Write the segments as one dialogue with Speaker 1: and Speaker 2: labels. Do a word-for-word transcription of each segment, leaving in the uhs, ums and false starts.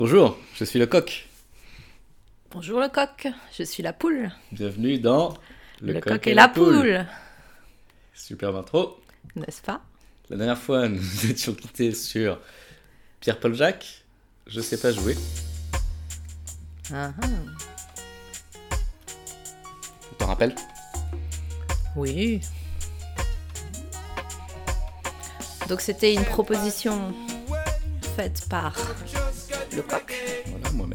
Speaker 1: Bonjour, je suis le coq.
Speaker 2: Bonjour le coq, je suis la poule.
Speaker 1: Bienvenue dans
Speaker 2: Le, le coq, coq et, et la poule. poule.
Speaker 1: Superbe intro.
Speaker 2: N'est-ce pas?
Speaker 1: La dernière fois, nous étions quittés sur Pierre-Paul Jacques. Je sais pas jouer.
Speaker 2: Ah ah.
Speaker 1: Tu t'en rappelles?
Speaker 2: Oui. Donc c'était une proposition faite par le coq.
Speaker 1: Voilà, moi-même.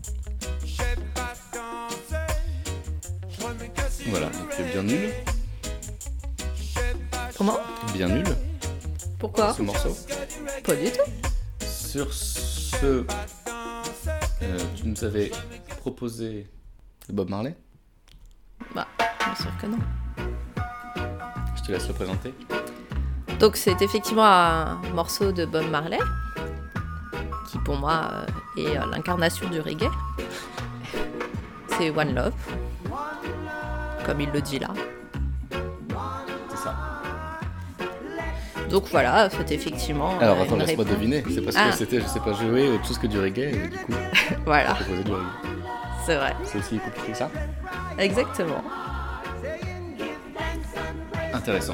Speaker 1: Voilà, donc c'est bien nul.
Speaker 2: Comment?
Speaker 1: Bien nul.
Speaker 2: Pourquoi?
Speaker 1: Ce morceau.
Speaker 2: Pas du tout.
Speaker 1: Sur ce, euh, tu nous avais proposé Bob Marley.
Speaker 2: Bah, bien sûr que non.
Speaker 1: Je te laisse le présenter.
Speaker 2: Donc c'est effectivement un morceau de Bob Marley, qui pour moi est l'incarnation du reggae. C'est One Love, comme il le dit là.
Speaker 1: C'est ça.
Speaker 2: Donc voilà, c'est effectivement.
Speaker 1: Alors attends, laisse-moi
Speaker 2: réponse.
Speaker 1: deviner. C'est parce
Speaker 2: ah.
Speaker 1: que c'était je sais pas jouer, plus que du reggae, et du coup.
Speaker 2: Voilà.
Speaker 1: J'ai proposé du reggae.
Speaker 2: C'est vrai.
Speaker 1: C'est aussi compliqué que ça.
Speaker 2: Exactement.
Speaker 1: Intéressant.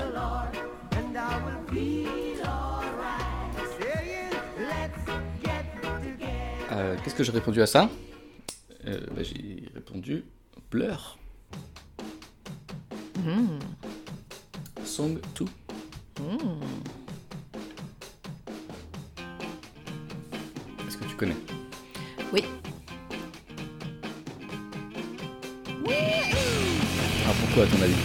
Speaker 1: Euh, qu'est-ce que j'ai répondu à ça? euh, bah, J'ai répondu Blur.
Speaker 2: Mmh.
Speaker 1: Song deux.
Speaker 2: Mmh.
Speaker 1: Est-ce que tu connais?
Speaker 2: Oui.
Speaker 1: Alors pourquoi à ton avis?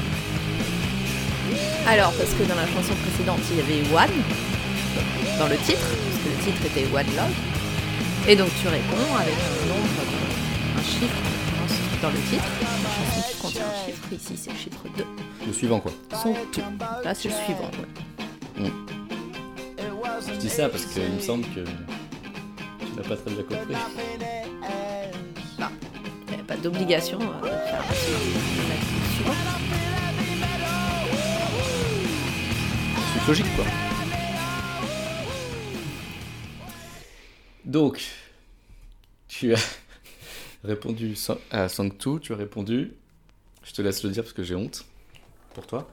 Speaker 2: Alors parce que dans la chanson précédente il y avait One dans le titre, parce que le titre était One Love. Et donc tu réponds avec un nombre, un chiffre dans le titre. La chanson qui contient un chiffre, ici c'est le chiffre deux.
Speaker 1: Le suivant quoi?
Speaker 2: Son tout. Là c'est le suivant. Ouais.
Speaker 1: Mmh. Je dis ça parce qu'il me semble que tu n'as pas très bien compris.
Speaker 2: Non, il n'y avait pas d'obligation de faire la suivant.
Speaker 1: C'est logique quoi. Donc, tu as répondu à Song deux, tu as répondu, je te laisse le dire parce que j'ai honte pour toi.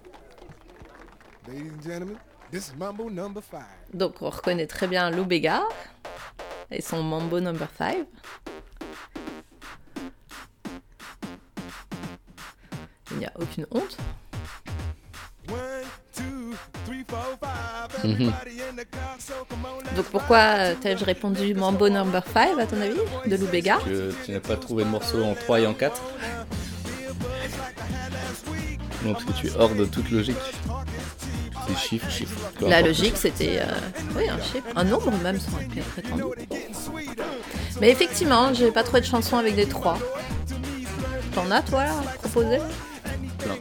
Speaker 2: Donc on reconnaît très bien Lou Bega et son Mambo number five. Il n'y a aucune honte.
Speaker 1: Mmh.
Speaker 2: Donc pourquoi t'ai-je répondu Mambo number five à ton avis de Lou Bega?
Speaker 1: Que tu n'as pas trouvé de morceau en trois et en quatre? Non, parce que tu es hors de toute logique. C'est chiffre, chiffre.
Speaker 2: La logique c'était euh, oui, un chiffre, un nombre même sans être prétendu. Mais effectivement, j'ai pas trouvé de chanson avec des trois. T'en as toi là proposé?
Speaker 1: Non.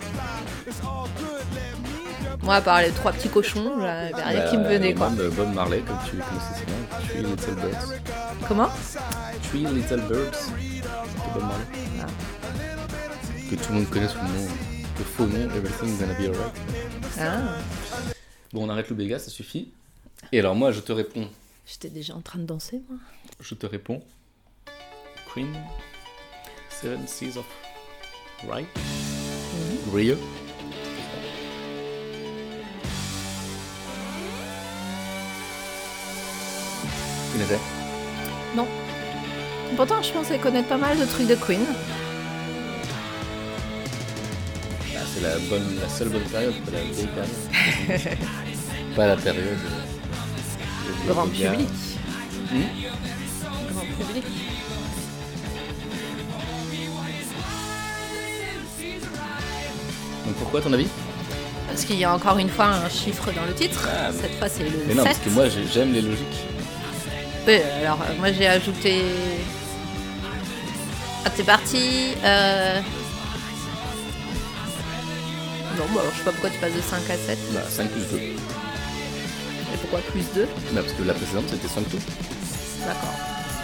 Speaker 2: Moi, à part les trois petits cochons, il n'y avait rien
Speaker 1: bah,
Speaker 2: qui me venait quoi.
Speaker 1: Même Bob Marley, comme tu connaissais si bien, Three Little Birds.
Speaker 2: Comment?
Speaker 1: Three Little Birds de Bob Marley.
Speaker 2: Ah.
Speaker 1: Que tout le monde connaît sous le nom, le faux nom, Everything's Gonna Be Alright.
Speaker 2: Ah.
Speaker 1: Bon, on arrête Lou Bega, ça suffit. Et alors moi, je te réponds.
Speaker 2: J'étais déjà en train de danser, moi.
Speaker 1: Je te réponds. Queen, Seven Seas of Right, mm-hmm. Rio. Tu connaissais?
Speaker 2: Non. Pourtant, je pensais connaître pas mal de trucs de Queen.
Speaker 1: Ah, c'est la, bonne, la seule bonne période, pas la vieille période. Pas la période. De, de
Speaker 2: Grand public.
Speaker 1: Mmh.
Speaker 2: Grand public.
Speaker 1: Donc pourquoi, à ton avis?
Speaker 2: Parce qu'il y a encore une fois un chiffre dans le titre. Ah, Cette fois, c'est le
Speaker 1: mais non,
Speaker 2: sept.
Speaker 1: parce que moi, j'aime les logiques.
Speaker 2: Oui, alors, moi, j'ai ajouté... Ah, t'es parti. Euh... Non, bah, alors, je sais pas pourquoi tu passes de cinq à sept.
Speaker 1: Bah, cinq plus deux.
Speaker 2: Et pourquoi plus deux?
Speaker 1: Bah, parce que la précédente, c'était cinq tout.
Speaker 2: D'accord.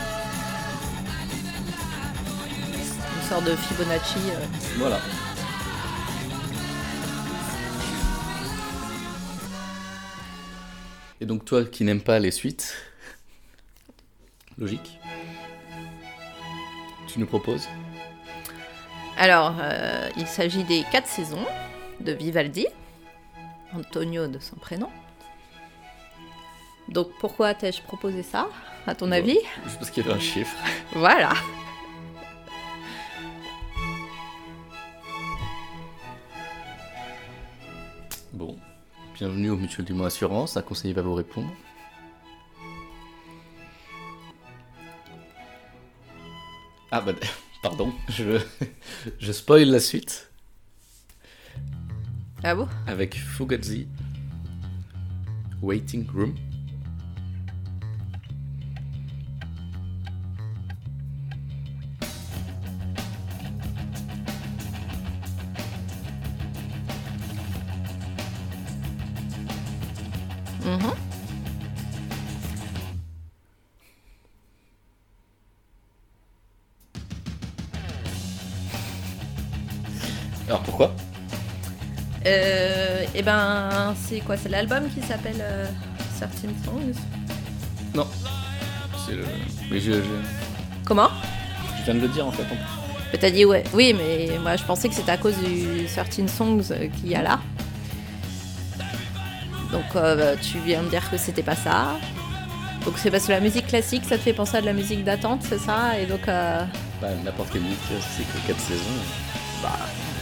Speaker 2: Une sorte de Fibonacci. Euh...
Speaker 1: Voilà. Et donc toi qui n'aimes pas les suites, logique, tu nous proposes?
Speaker 2: Alors, euh, il s'agit des quatre saisons de Vivaldi, Antonio de son prénom. Donc, pourquoi t'ai-je proposé ça, à ton
Speaker 1: Bon,
Speaker 2: avis?
Speaker 1: juste parce qu'il y avait un chiffre.
Speaker 2: Voilà.
Speaker 1: Bon, bienvenue au Mutuel du Mont Assurance, un conseiller va vous répondre. Ah bah, pardon, je, je spoil la suite
Speaker 2: Ah bon?
Speaker 1: avec Fugazi, Waiting Room.
Speaker 2: Mhm.
Speaker 1: Alors pourquoi?
Speaker 2: Euh, et ben, c'est quoi? C'est l'album qui s'appelle euh, thirteen Songs?
Speaker 1: Non, c'est le... Mais je, je,
Speaker 2: Comment?
Speaker 1: je viens de le dire en fait. en plus.
Speaker 2: Mais t'as dit ouais. Oui, mais moi je pensais que c'était à cause du thirteen Songs euh, qu'il y a là. Donc euh, tu viens de dire que c'était pas ça. Donc c'est parce que la musique classique, ça te fait penser à de la musique d'attente, c'est ça? Et donc... Euh...
Speaker 1: Bah, n'importe quelle musique, c'est que quatre saisons. Bah,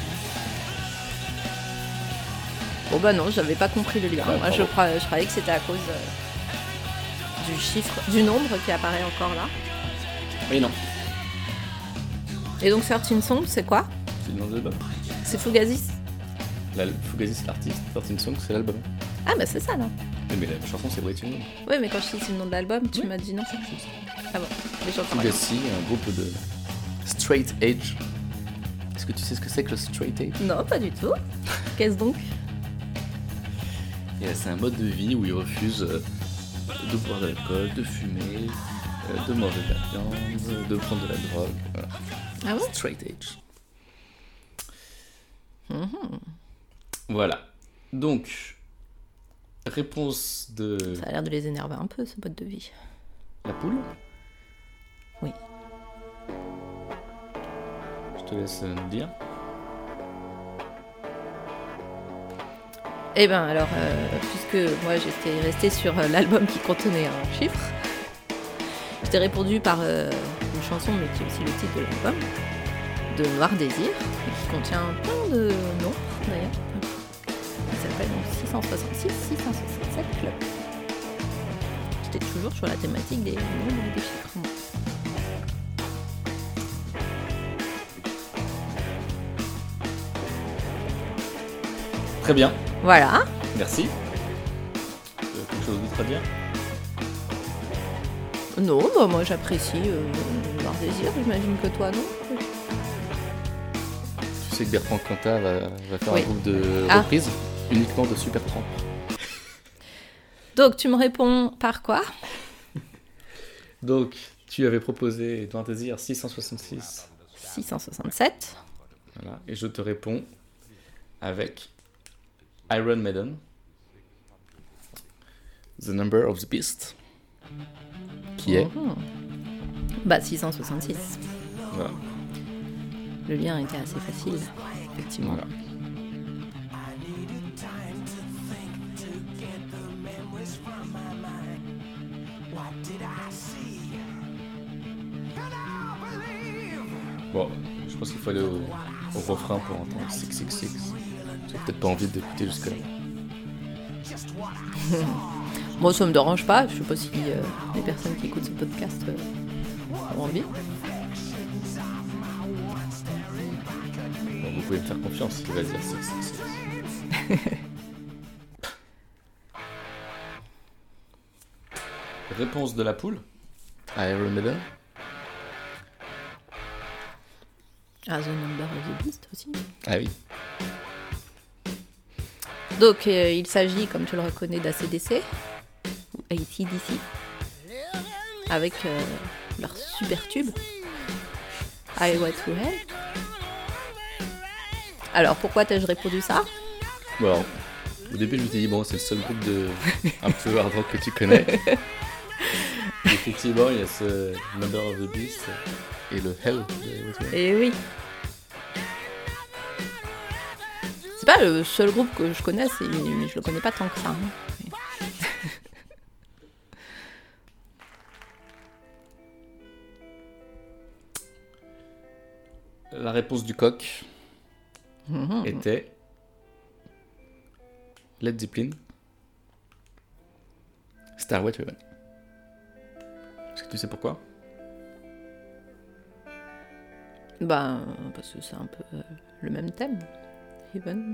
Speaker 2: Bon bah non, j'avais pas compris le lien.
Speaker 1: Ouais,
Speaker 2: Moi je,
Speaker 1: pardon.
Speaker 2: crois- je croyais que c'était à cause euh, du chiffre, du nombre qui apparaît encore là.
Speaker 1: oui non,
Speaker 2: Et donc thirteen Songs, c'est quoi?
Speaker 1: c'est le nom de l'album.
Speaker 2: C'est Fugazi?
Speaker 1: La, Fugazi c'est l'artiste, thirteen Songs c'est l'album.
Speaker 2: Ah bah c'est ça là.
Speaker 1: Oui, mais la chanson c'est Waiting Room.
Speaker 2: Oui, mais quand je dis c'est le nom de l'album, tu m'as dit non. Ah bon, mais j'entends rien.
Speaker 1: Fugazi, un groupe de straight edge. Est-ce que tu sais ce que c'est que le straight edge?
Speaker 2: Non, pas du tout. Qu'est-ce donc?
Speaker 1: Et, euh, c'est un mode de vie où ils refusent euh, de boire de l'alcool, de fumer, euh, de manger de la viande, de prendre de la drogue. Voilà.
Speaker 2: Ah bon?
Speaker 1: Straight edge.
Speaker 2: Mhm.
Speaker 1: Voilà. Donc, réponse de
Speaker 2: Ça a l'air de les énerver un peu, ce mode de vie.
Speaker 1: la poule.
Speaker 2: Oui.
Speaker 1: Je te laisse euh, nous dire.
Speaker 2: Eh ben alors, euh, puisque moi j'étais restée sur euh, l'album qui contenait un chiffre, je t'ai répondu par euh, une chanson, mais qui est aussi le titre de l'album, de Noir Désir, qui contient plein de noms d'ailleurs. Il s'appelle donc six cent soixante-six six cent soixante-sept Club. J'étais toujours sur la thématique des nombres et des chiffres. moi.
Speaker 1: Très bien,
Speaker 2: Voilà.
Speaker 1: merci. Euh, quelque chose d'autre à dire?
Speaker 2: Non, bah moi j'apprécie euh, Noir Désir, j'imagine que toi non.
Speaker 1: Tu sais que Bertrand Cantat va, va faire
Speaker 2: Oui.
Speaker 1: un groupe de
Speaker 2: Ah.
Speaker 1: reprises uniquement de Supertramp.
Speaker 2: Donc tu me réponds par quoi?
Speaker 1: Donc, tu avais proposé Noir Désir six cent soixante-six.
Speaker 2: six cent soixante-sept.
Speaker 1: Voilà. Et je te réponds avec Iron Maiden, The Number of the Beast, qui est...
Speaker 2: Mhm. Bah six cent soixante-six.
Speaker 1: Voilà.
Speaker 2: Le lien était assez facile, effectivement.
Speaker 1: Voilà. Bon, je pense qu'il faut aller au, au refrain pour entendre six six six. Tu n'as peut-être pas envie d'écouter jusque-là.
Speaker 2: Moi ça me dérange pas, je sais pas si euh, les personnes qui écoutent ce podcast euh, ont envie.
Speaker 1: Bon, vous pouvez me faire confiance, il va dire six six six. Réponse de la poule à Iron Maiden.
Speaker 2: Ah, The Number of the Beast aussi.
Speaker 1: Ah oui.
Speaker 2: Donc euh, il s'agit, comme tu le reconnais, d'A C D C, ou A C D C, avec euh, leur super tube, Highway to Hell. Alors pourquoi t'ai-je répondu ça?
Speaker 1: Bon, alors, au début, je me suis dit, bon, c'est le seul groupe de un peu hard rock que tu connais. Et effectivement, il y a ce Number of the Beast et le Hell de What We Want.
Speaker 2: Et oui. C'est pas le seul groupe que je connaisse, mais je le connais pas tant que ça. Hein.
Speaker 1: La réponse du coq
Speaker 2: Mmh.
Speaker 1: était Led Zeppelin, Star What We Want. Est-ce que tu sais pourquoi?
Speaker 2: Bah, parce que c'est un peu euh, le même thème. Heaven.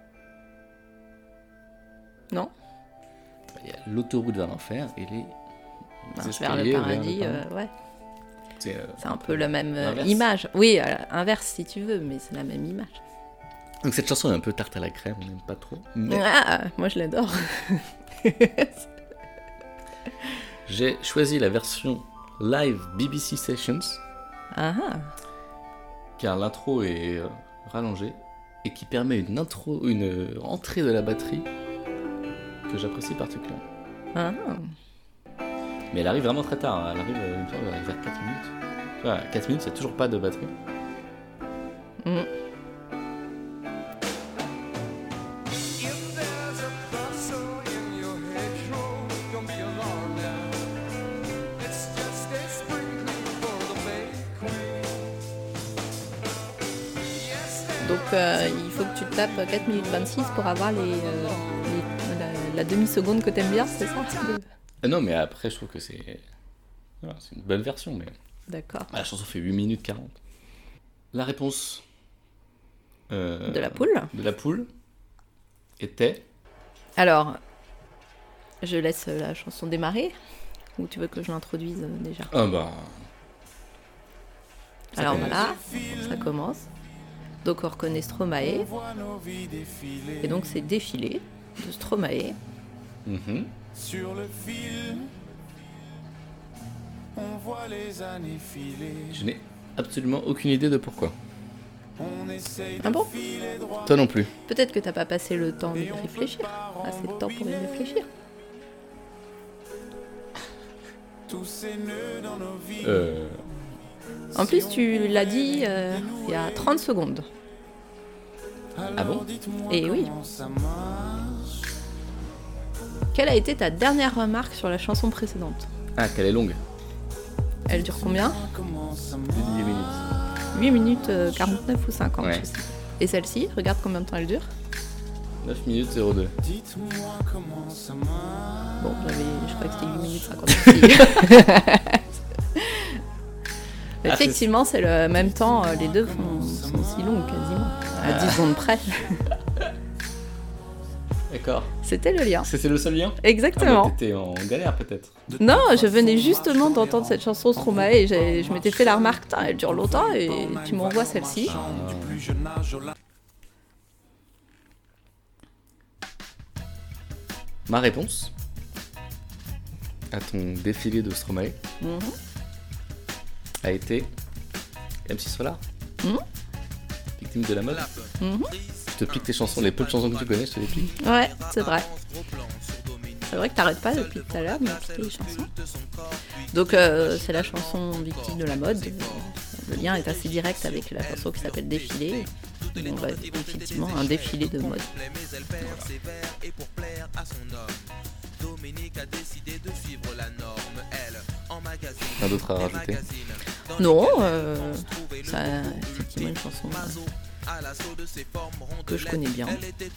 Speaker 2: Non?
Speaker 1: Il y a l'autoroute vers l'enfer et les
Speaker 2: Marche vers
Speaker 1: escaliers
Speaker 2: le
Speaker 1: vers
Speaker 2: paradis,
Speaker 1: le
Speaker 2: euh, ouais.
Speaker 1: C'est, euh,
Speaker 2: C'est un peu la même euh,
Speaker 1: l'inverse.
Speaker 2: image. Oui, euh, inverse si tu veux, mais c'est la même image.
Speaker 1: Donc cette chanson est un peu tarte à la crème, on n'aime pas trop. Mais
Speaker 2: Ah, moi je l'adore.
Speaker 1: j'ai choisi la version live B B C Sessions,
Speaker 2: Ah ah.
Speaker 1: car l'intro est euh, rallongée et qui permet une intro, une euh, entrée de la batterie que j'apprécie particulièrement.
Speaker 2: Ah.
Speaker 1: Mais elle arrive vraiment très tard, hein. Elle arrive euh, il me semble, vers quatre minutes. Voilà, quatre minutes, il n'y a toujours pas de batterie.
Speaker 2: Mm. Donc euh, il faut que tu tapes quatre minutes vingt-six pour avoir les, euh, les- la, la demi-seconde que t'aimes bien, c'est ça? de-
Speaker 1: Ah non, mais après, je trouve que c'est. Voilà, c'est une bonne version, mais.
Speaker 2: D'accord.
Speaker 1: Ah, la chanson fait huit minutes quarante. La réponse. euh,
Speaker 2: De la poule.
Speaker 1: De la poule était.
Speaker 2: Alors, je laisse la chanson démarrer ou tu veux que je l'introduise euh, déjà?
Speaker 1: Ah bah. Ça
Speaker 2: Alors
Speaker 1: commence.
Speaker 2: voilà, ça commence. Donc on reconnaît Stromae. Et donc c'est Défilé de Stromae.
Speaker 1: Mhm.
Speaker 3: Sur le fil, on voit les années filer.
Speaker 1: Je n'ai absolument aucune idée de pourquoi.
Speaker 3: On essaye de
Speaker 2: Ah bon?
Speaker 3: filer droit.
Speaker 1: Toi non plus.
Speaker 2: Peut-être que t'as pas passé le temps de réfléchir. Assez de temps pour y réfléchir.
Speaker 3: Tous ces nœuds dans nos vies.
Speaker 1: Euh.
Speaker 2: En plus tu l'as dit euh, il y a trente secondes.
Speaker 1: Ah bon?
Speaker 3: Dites-moi
Speaker 2: Et oui.
Speaker 3: comment ça marche.
Speaker 2: Quelle a été ta dernière remarque sur la chanson précédente?
Speaker 1: Ah, qu'elle est longue.
Speaker 2: Elle dure combien?
Speaker 3: Comment ça
Speaker 1: Plus de dix minutes.
Speaker 2: huit minutes euh, quarante-neuf ou cinquante,
Speaker 1: Ouais.
Speaker 2: je sais. Et celle-ci, regarde combien de temps elle dure.
Speaker 1: neuf minutes zéro deux.
Speaker 3: Dites-moi comment ça marche.
Speaker 2: Bon, j'avais, je crois que c'était huit minutes cinquante-six.
Speaker 1: Ah,
Speaker 2: Effectivement, c'est le même temps, euh, les deux font, sont aussi longues quasiment, à dix secondes près.
Speaker 1: D'accord.
Speaker 2: C'était le lien.
Speaker 1: C'était le seul lien?
Speaker 2: Exactement.
Speaker 1: Ah bah, t'étais en galère peut-être.
Speaker 2: Non, je venais justement d'entendre cette chanson Stromae et j'ai- je m'étais fait la remarque, Tain, elle dure longtemps et tu m'envoies celle-ci.
Speaker 3: Du plus jeune âge au la-
Speaker 1: Ma réponse à ton défilé de Stromae
Speaker 2: Mhm.
Speaker 1: a été M six Solar.
Speaker 2: Mhm.
Speaker 1: Victime de la mode.
Speaker 2: Mhm.
Speaker 1: Je te pique tes chansons, les peu de chansons que tu connais, je te les pique.
Speaker 2: Ouais, c'est vrai. C'est vrai que t'arrêtes pas depuis tout à l'heure de me piquer les chansons. Donc euh, c'est la chanson Victime de la mode. Le lien est assez direct avec la chanson qui s'appelle Défilé. Donc ouais, effectivement un défilé de mode.
Speaker 1: Un d'autre à rajouter.
Speaker 2: Non, euh, c'est effectivement une chanson euh, que je connais bien.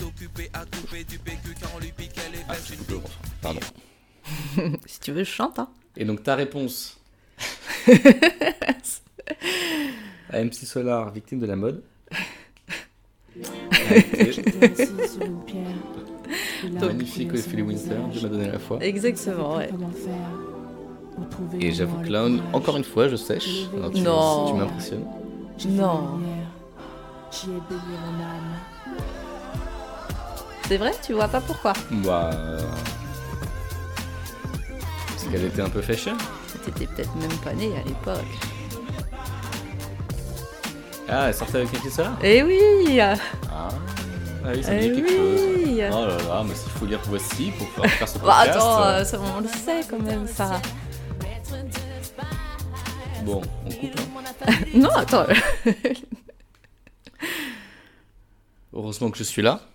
Speaker 1: Ah, j'ai coupé le refrain. Pardon.
Speaker 2: Si tu veux, je chante. Hein.
Speaker 1: Et donc ta réponse à M six Solar, victime de la mode, a été magnifique Philly Winter, Dieu m'a donné la foi.
Speaker 2: Exactement, ouais.
Speaker 1: Et j'avoue que là, encore une fois, je sèche. Alors, tu,
Speaker 2: Non.
Speaker 1: tu m'impressionnes.
Speaker 2: Non. C'est vrai, tu vois pas pourquoi.
Speaker 1: Bah. euh, Parce qu'elle était un peu fashion.
Speaker 2: T'étais peut-être même pas né à l'époque.
Speaker 1: Ah, elle sortait avec M six Solar?
Speaker 2: Eh oui
Speaker 1: Ah, ah oui, ça me dit
Speaker 2: Eh
Speaker 1: quelque chose.
Speaker 2: oui
Speaker 1: Oh là là, mais s'il faut lire Voici pour pouvoir faire ce
Speaker 2: Bah
Speaker 1: podcast.
Speaker 2: attends,
Speaker 1: euh,
Speaker 2: euh, ça, on le sait quand même, ça.
Speaker 1: Bon, on coupe. Hein.
Speaker 2: Non, attends.
Speaker 1: Heureusement que je suis là.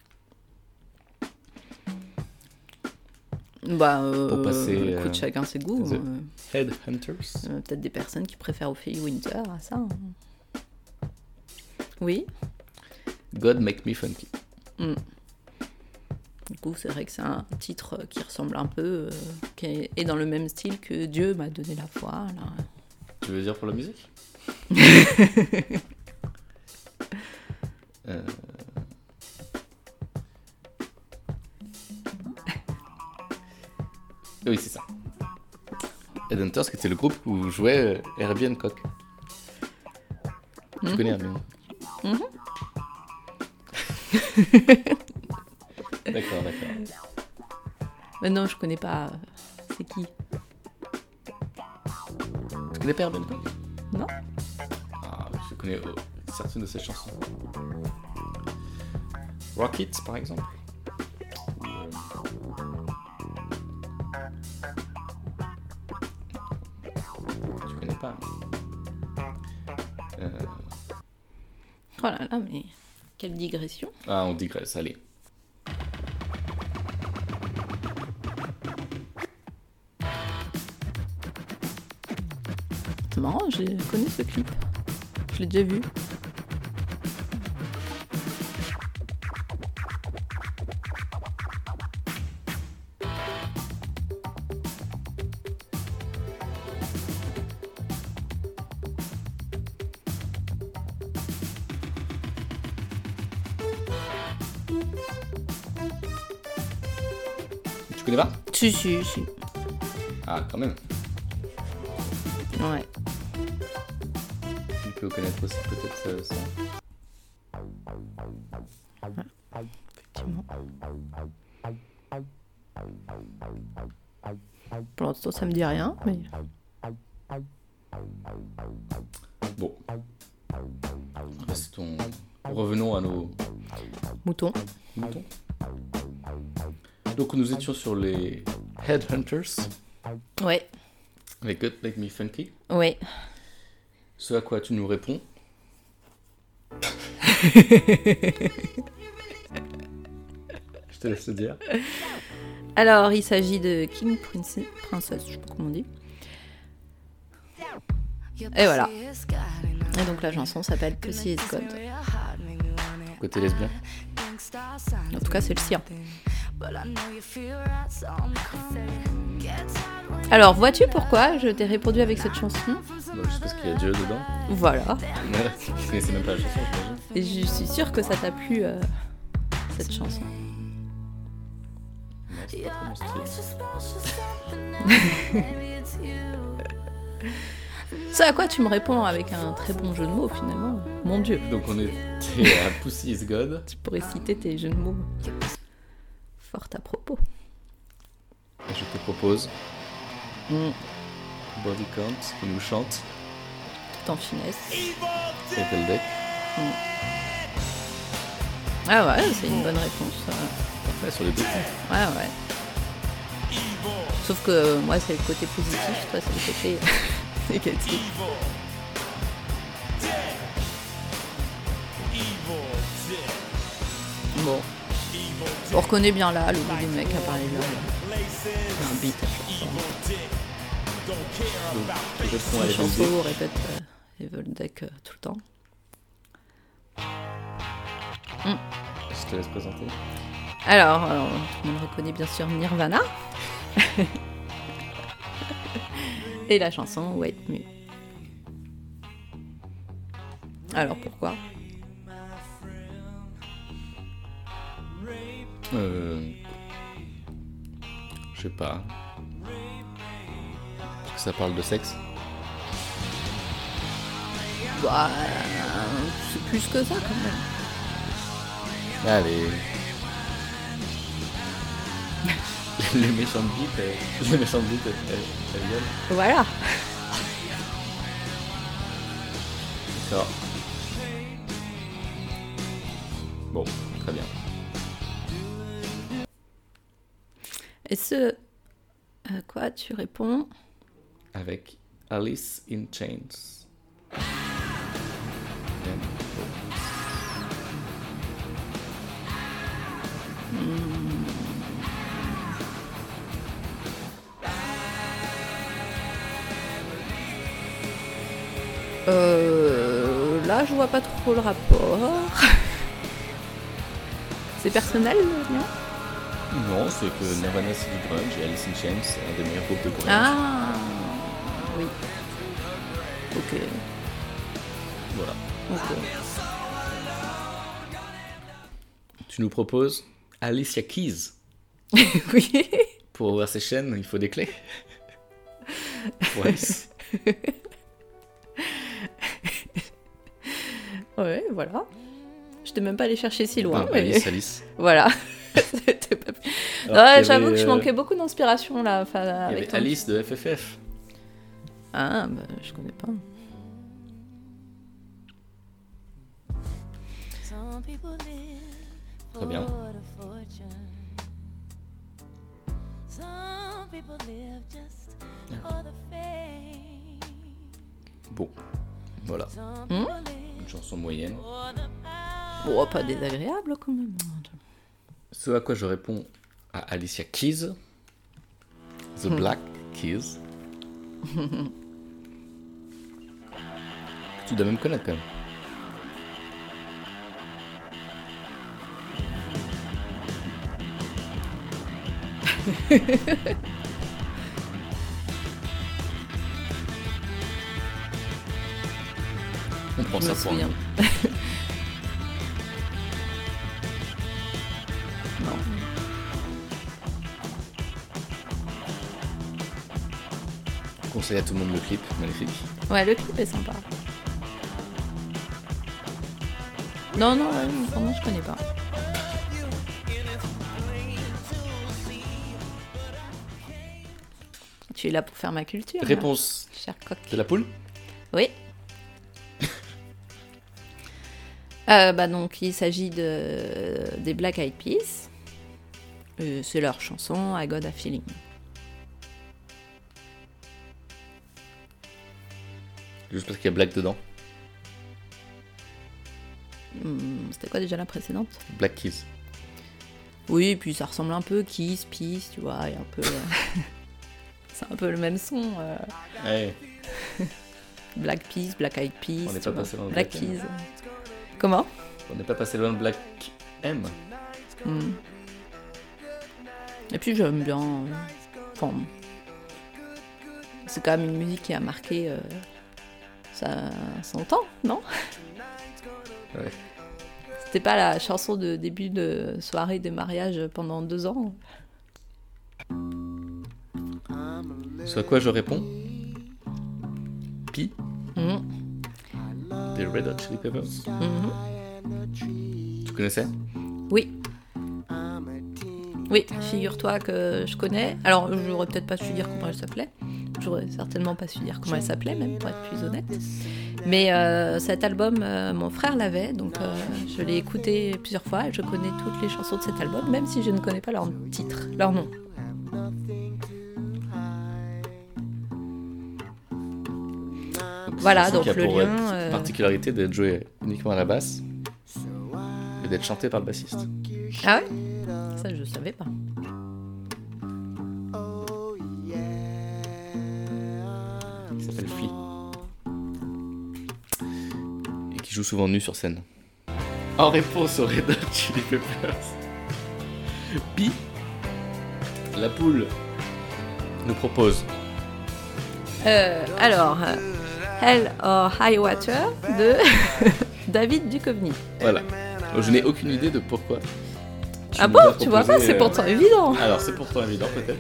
Speaker 2: Bah, euh,
Speaker 1: Pour passer,
Speaker 2: écoute,
Speaker 1: euh,
Speaker 2: chacun ses goûts.
Speaker 1: The
Speaker 2: euh,
Speaker 1: Headhunters.
Speaker 2: euh, Peut-être des personnes qui préfèrent Ophélie Winter à ça. hein. Oui.
Speaker 1: God Make Me Funky.
Speaker 2: Mm. Du coup, c'est vrai que c'est un titre qui ressemble un peu, euh, qui est, est dans le même style que Dieu m'a donné la foi. Là.
Speaker 1: Tu veux dire pour la musique? euh... Oui, c'est ça. Headhunters, qui était le groupe où jouait euh, Herbie Hancock. Tu
Speaker 2: Mhm.
Speaker 1: connais Herbie Hancock?
Speaker 2: Mhm.
Speaker 1: D'accord, d'accord.
Speaker 2: Mais non, je connais pas. euh, C'est qui?
Speaker 1: Tu connais pas Herbie Hancock?
Speaker 2: Non.
Speaker 1: Ah, je connais euh, certaines de ses chansons. Rockets, par exemple. Ou, euh, Tu connais pas. Euh,
Speaker 2: Oh là là, mais quelle digression.
Speaker 1: Ah, on digresse, allez.
Speaker 2: C'est marrant, je connais ce clip. Je l'ai déjà vu.
Speaker 1: Tu connais pas?
Speaker 2: Si, si, si.
Speaker 1: Ah, quand même.
Speaker 2: Ouais.
Speaker 1: Tu peux connaître aussi peut-être euh, ça.
Speaker 2: Effectivement. Pour l'instant, ça me dit rien, mais.
Speaker 1: Bon. Restons... Revenons à nos
Speaker 2: Mouton.
Speaker 1: moutons. Donc nous étions sur les Headhunters
Speaker 2: Ouais.
Speaker 1: avec God Make Me Funky.
Speaker 2: Ouais.
Speaker 1: Ce à quoi tu nous réponds. Je te laisse te dire.
Speaker 2: Alors, il s'agit de King Princess, Princess, je sais pas comment on dit. Et voilà. Et donc la chanson s'appelle Pussy is God.
Speaker 1: Côté lesbien.
Speaker 2: En tout cas, c'est le sien. Alors, vois-tu pourquoi je t'ai répondu avec cette chanson?
Speaker 1: Bah, juste parce qu'il y a Dieu dedans.
Speaker 2: Voilà.
Speaker 1: Ouais, tu connaissais même pas la chanson, j'imagine.
Speaker 2: Et je suis sûre que ça t'a plu, euh, cette chanson.
Speaker 1: Non, c'est pas trop mon style.
Speaker 2: Ce à quoi tu me réponds avec un très bon jeu de mots, finalement. Mon Dieu.
Speaker 1: Donc on était à Pussy is God.
Speaker 2: Tu pourrais citer tes jeux de mots fort à propos.
Speaker 1: Et je te propose
Speaker 2: Mm.
Speaker 1: Body Count qui nous chante
Speaker 2: Tout en finesse.
Speaker 1: Evil Deck.
Speaker 2: Ah ouais, c'est une bonne réponse. ça.
Speaker 1: Parfait sur les deux points.
Speaker 2: Ouais, ouais. Sauf que euh, moi, c'est le côté positif, toi, c'est le côté négatif. Bon. On reconnaît bien là le goût du mec à parler de là. C'est un beat à chaque fois.
Speaker 1: Donc peut-être qu'on va
Speaker 2: Une
Speaker 1: les
Speaker 2: chanson,
Speaker 1: valider.
Speaker 2: on répète euh, Evil Deck euh, tout le temps.
Speaker 1: Je te laisse présenter.
Speaker 2: Alors, alors, tout le monde reconnaît bien sûr Nirvana. Et la chanson Wait Me. Alors pourquoi?
Speaker 1: Euh... Je sais pas. Parce que ça parle de sexe.
Speaker 2: Bah, c'est plus que ça quand même.
Speaker 1: Allez. Les méchantes bites, euh, les méchantes bites, elles, elles, elles viennent.
Speaker 2: Voilà.
Speaker 1: D'accord. Bon, très bien.
Speaker 2: Et ce à quoi tu réponds?
Speaker 1: Avec Alice in Chains. Bien.
Speaker 2: Euh, là, je vois pas trop le rapport. C'est personnel, non?
Speaker 1: Non, c'est que Nirvana c'est du grunge et Alice in Chains c'est un des meilleurs groupes de grunge.
Speaker 2: Ah, oui. Ok.
Speaker 1: Voilà.
Speaker 2: Ok.
Speaker 1: Tu nous proposes Alicia Keys.
Speaker 2: Oui.
Speaker 1: Pour ouvrir ses chaînes, il faut des clés. Pour Alice.
Speaker 2: Ouais, voilà. Je t'ai même pas allé chercher si loin.
Speaker 1: Non,
Speaker 2: mais...
Speaker 1: Alice, Alice.
Speaker 2: Voilà. C'était pas...
Speaker 1: Alors,
Speaker 2: Ouais,
Speaker 1: il y
Speaker 2: j'avoue
Speaker 1: avait,
Speaker 2: que je
Speaker 1: euh,
Speaker 2: manquais beaucoup d'inspiration là. Enfin,
Speaker 1: Il y
Speaker 2: avec
Speaker 1: avait
Speaker 2: ton...
Speaker 1: Alice de F F F.
Speaker 2: Ah, bah, je connais pas.
Speaker 1: Très bien. Bon, voilà.
Speaker 2: Hmm
Speaker 1: Une chanson moyenne.
Speaker 2: Bon, pas désagréable quand même.
Speaker 1: Ce à quoi je réponds à Alicia Keys. The
Speaker 2: Hmm.
Speaker 1: Black Keys. Tu dois même connaître quand même. On prend
Speaker 2: Je
Speaker 1: ça
Speaker 2: me
Speaker 1: pour
Speaker 2: souviens.
Speaker 1: nous.
Speaker 2: Non.
Speaker 1: Je conseille à tout le monde le clip, magnifique.
Speaker 2: Ouais, le clip est sympa. Non, non, ouais, vraiment, je connais pas. Tu es là pour faire ma culture.
Speaker 1: Réponse
Speaker 2: là, cher coq.
Speaker 1: de la poule.
Speaker 2: Oui. Euh, bah donc, il s'agit de, des Black Eyed Peas. Euh, c'est leur chanson I Got a Feeling.
Speaker 1: Juste parce qu'il y a Black dedans.
Speaker 2: Hmm, c'était quoi déjà la précédente?
Speaker 1: Black Keys.
Speaker 2: Oui, et puis ça ressemble un peu Kiss, Peace, tu vois, et un peu... euh, c'est un peu le même son. euh,
Speaker 1: Ouais.
Speaker 2: Black Peas, Black Eyed Peas.
Speaker 1: On n'est
Speaker 2: tu
Speaker 1: pas
Speaker 2: vois.
Speaker 1: passé loin de
Speaker 2: Black
Speaker 1: Black M.
Speaker 2: Keys. Comment?
Speaker 1: On n'est pas passé loin de Black M.
Speaker 2: Hmm. Et puis j'aime bien... euh, Enfin... C'est quand même une musique qui a marqué... euh, ça... son temps, non?
Speaker 1: Ouais.
Speaker 2: C'était pas la chanson de début de soirée de mariage pendant deux ans?
Speaker 1: Ce à quoi je réponds Pi
Speaker 2: Hmm.
Speaker 1: des Red Hot Chili Peppers.
Speaker 2: Mhm.
Speaker 1: Tu connaissais?
Speaker 2: Oui. Oui, figure-toi que je connais. Alors, j'aurais peut-être pas su dire comment elle s'appelait. J'aurais certainement pas su dire comment elle s'appelait, même, pour être plus honnête. Mais euh, cet album, euh, mon frère l'avait, donc euh, je l'ai écouté plusieurs fois et je connais toutes les chansons de cet album, même si je ne connais pas leur titre, leur nom. Voilà,
Speaker 1: C'est
Speaker 2: donc
Speaker 1: qui a
Speaker 2: le
Speaker 1: pour
Speaker 2: lien,
Speaker 1: euh,
Speaker 2: euh,
Speaker 1: particularité d'être joué uniquement à la basse et d'être chanté par le bassiste.
Speaker 2: Ah ouais? Ça, je savais pas.
Speaker 1: Qui s'appelle Flea. Et qui joue souvent nu sur scène. En réponse aux Red Hot Chili Peppers. Pi, la poule, nous propose
Speaker 2: Euh, alors, euh, Hell or High Water de David Duchovny.
Speaker 1: Voilà. Je n'ai aucune idée de pourquoi.
Speaker 2: Ah
Speaker 1: nous
Speaker 2: bon?
Speaker 1: as
Speaker 2: Tu vois pas?
Speaker 1: proposé,
Speaker 2: C'est
Speaker 1: euh,
Speaker 2: pourtant évident.
Speaker 1: Alors, c'est pourtant évident, peut-être.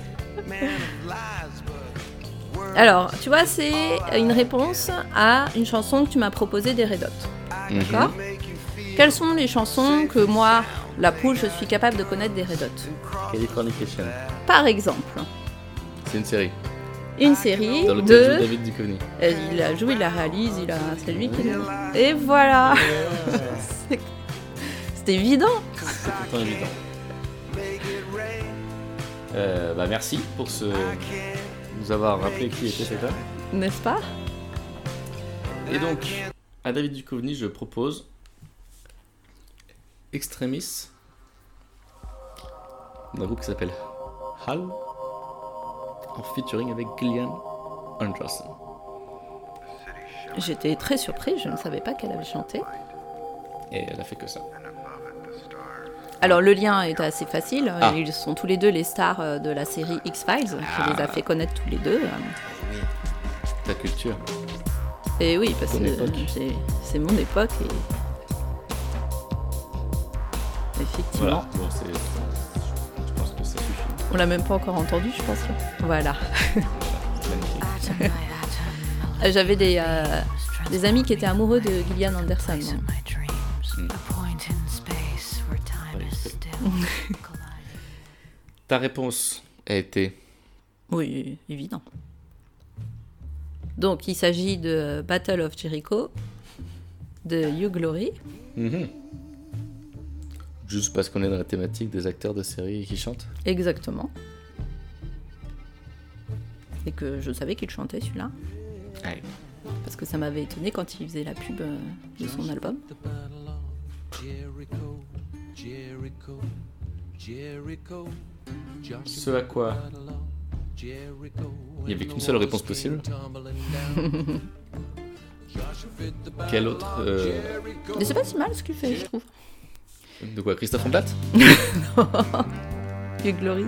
Speaker 2: Alors, tu vois, c'est une réponse à une chanson que tu m'as proposée des Red Hot. D'accord? Quelles sont les chansons que moi, la poule, je suis capable de connaître des Red Hot?
Speaker 1: Californication.
Speaker 2: Par exemple,
Speaker 1: C'est une série
Speaker 2: une série
Speaker 1: dans laquelle joue
Speaker 2: de...
Speaker 1: David Duchovny.
Speaker 2: Euh, il a joué, il la réalise, il a... c'est lui qui l'a... Et voilà. C'est- C'était évident.
Speaker 1: C'est pourtant évident. Euh, bah merci pour ce... nous avoir rappelé qui était cet homme.
Speaker 2: N'est-ce pas?
Speaker 1: Et donc, à David Duchovny, je propose Extremis, d'un groupe qui s'appelle Hal, en featuring avec Gillian Anderson.
Speaker 2: J'étais très surprise, je ne savais pas qu'elle avait chanté.
Speaker 1: Et elle a fait que ça.
Speaker 2: Alors le lien est assez facile,
Speaker 1: Ah.
Speaker 2: ils sont tous les deux les stars de la série X-Files,
Speaker 1: Ah.
Speaker 2: qui les a fait connaître tous les deux.
Speaker 1: Oui. Ta culture.
Speaker 2: Et oui, parce
Speaker 1: Ton
Speaker 2: que
Speaker 1: époque.
Speaker 2: c'est, c'est mon époque et... Effectivement.
Speaker 1: Voilà. Bon, c'est... Je pense que ça suffit.
Speaker 2: On l'a même pas encore entendu, je pense. Voilà.
Speaker 1: C'est magnifique.
Speaker 2: J'avais des, euh, des amis qui étaient amoureux de Gillian Anderson.
Speaker 1: Mm. Ta réponse a été...
Speaker 2: Oui, évident. Donc, il s'agit de Battle of Jericho, de Hugh Laurie.
Speaker 1: Mhm. Juste parce qu'on est dans la thématique des acteurs de séries qui chantent.
Speaker 2: Exactement. Et que je savais qu'il chantait celui-là.
Speaker 1: Ouais.
Speaker 2: Parce que ça m'avait étonné quand il faisait la pub euh, de son album.
Speaker 1: Ce à quoi il n'y avait qu'une seule réponse possible. Quel autre euh,
Speaker 2: Mais c'est pas si mal ce qu'il fait, je trouve.
Speaker 1: De quoi, Christophe Ondelat?
Speaker 2: Hugh Laurie.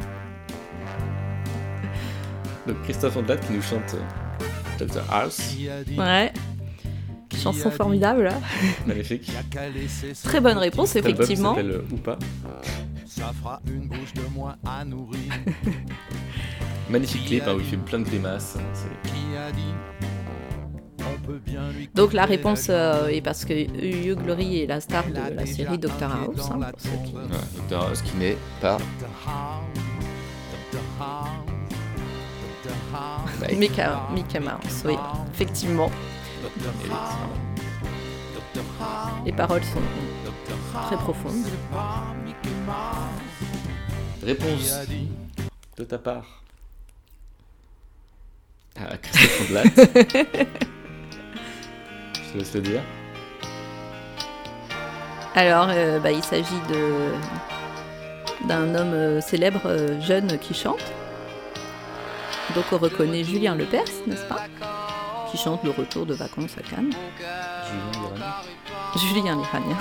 Speaker 1: Donc Christophe Ondelat qui nous chante euh, Shelter House.
Speaker 2: Ouais. Chanson formidable. Là.
Speaker 1: Magnifique.
Speaker 2: Très bonne réponse,
Speaker 1: Cet album
Speaker 2: effectivement.
Speaker 1: s'appelle euh, Ou pas.
Speaker 3: Ça fera une bouche de moins à nourrir.
Speaker 1: Magnifique clip hein, où il fait plein de grimaces. C'est...
Speaker 3: Qui a dit on peut bien lui
Speaker 2: Donc la
Speaker 3: couper
Speaker 2: réponse
Speaker 3: jambe.
Speaker 2: euh, est parce que Hugh Laurie est la star de la série Doctor House. Hein, pour ceux qui-
Speaker 1: Ouais, Docteur House qui n'est pas...
Speaker 3: Doctor House, Doctor House, Doctor House,
Speaker 1: Bah,
Speaker 2: Mickey, Mickey Mouse, oui, effectivement.
Speaker 3: Doctor House, Doctor House,
Speaker 2: Les paroles sont
Speaker 3: Doctor
Speaker 2: très profondes.
Speaker 3: C'est pas Mickey Mouse
Speaker 1: Réponse
Speaker 3: qui a dit
Speaker 1: de ta part à Christophe Ondelat. Je te laisse le dire.
Speaker 2: Alors, euh, bah, il s'agit de d'un homme euh, célèbre, euh, jeune, qui chante. Donc on reconnaît Julien Lepers, n'est-ce pas? Qui chante Le Retour de vacances à Cannes.
Speaker 1: Julien Guérin.
Speaker 2: Julien Liragna.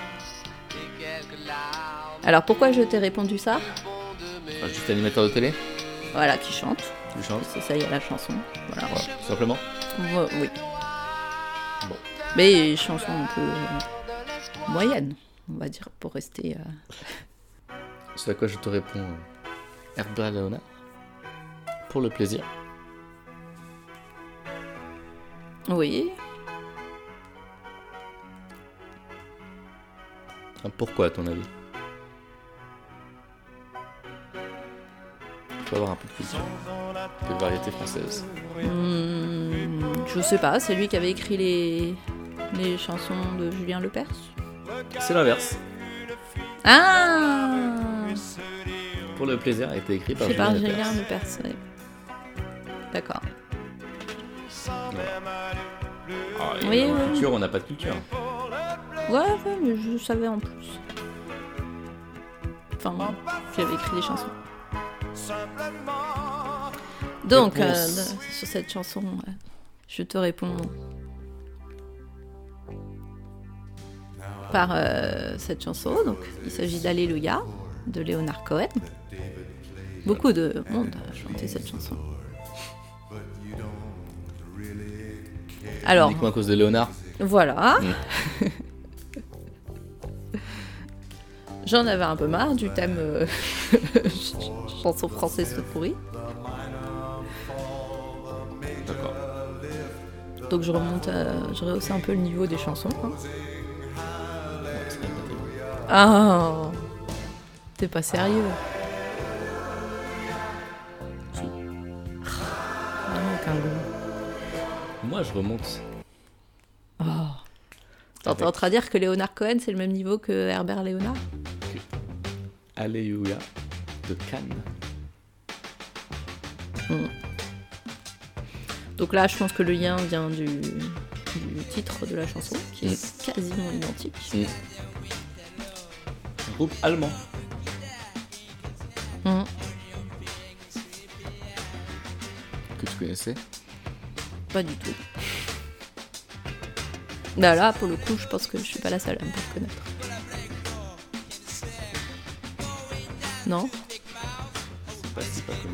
Speaker 2: Alors pourquoi je t'ai répondu ça?
Speaker 1: Ah, juste animateur de télé.
Speaker 2: Voilà, qui chante.
Speaker 1: Tu chantes.
Speaker 2: C'est ça, il y a la chanson. Voilà.
Speaker 1: Voilà, tout simplement.
Speaker 2: Ouais, oui.
Speaker 1: Bon.
Speaker 2: Mais chanson un peu euh, moyenne, on va dire, pour rester... euh,
Speaker 1: C'est à quoi je te réponds euh, Herbert Léonard. Pour le plaisir.
Speaker 2: Oui.
Speaker 1: Un pourquoi à ton avis? Il faut avoir un peu de culture. De variété française.
Speaker 2: Hmm, je sais pas, c'est lui qui avait écrit les, les chansons de Julien Lepers.
Speaker 1: C'est l'inverse.
Speaker 2: Ah,
Speaker 1: Pour le plaisir a été écrit par
Speaker 2: c'est
Speaker 1: Julien
Speaker 2: par
Speaker 1: Lepers.
Speaker 2: Julien Lepers, ouais. D'accord.
Speaker 1: Ah, et
Speaker 2: Oui,
Speaker 1: dans la
Speaker 2: oui.
Speaker 1: culture, on n'a pas de culture.
Speaker 2: Ouais, ouais, mais je savais en plus. Enfin, qu'il avait écrit des chansons. Donc, euh,
Speaker 1: Réponse.
Speaker 2: de- sur cette chanson, euh, je te réponds par euh, cette chanson. Donc, il s'agit d'Alléluia de Leonard Cohen. Beaucoup de monde a chanté cette chanson. Alors,
Speaker 1: Uniquement à cause de Léonard.
Speaker 2: voilà.
Speaker 1: Mm.
Speaker 2: J'en avais un peu marre du thème euh, chanson française toute pourrie.
Speaker 1: D'accord.
Speaker 2: Donc je remonte, à, je rehausse un peu le niveau des chansons. Hein.
Speaker 1: Ouais, c'est quand même pas terrible.
Speaker 2: Ah, t'es pas sérieux.
Speaker 1: Si.
Speaker 2: Vraiment aucun goût.
Speaker 1: Moi, je remonte.
Speaker 2: Oh. T'es
Speaker 1: Avec
Speaker 2: en train de dire que Leonard Cohen c'est le même niveau que Herbert Léonard?
Speaker 1: Alléluia de Cannes.
Speaker 2: Mm. Donc là, je pense que le lien vient du, du titre de la chanson, qui
Speaker 1: Mm.
Speaker 2: est quasiment identique.
Speaker 1: Mm. Un groupe allemand.
Speaker 2: Mm.
Speaker 1: Que tu connaissais.
Speaker 2: Pas du tout. Bah là, pour le coup, je pense que je suis pas la seule à me pas connaître. Non ?
Speaker 1: C'est pas, c'est pas connu.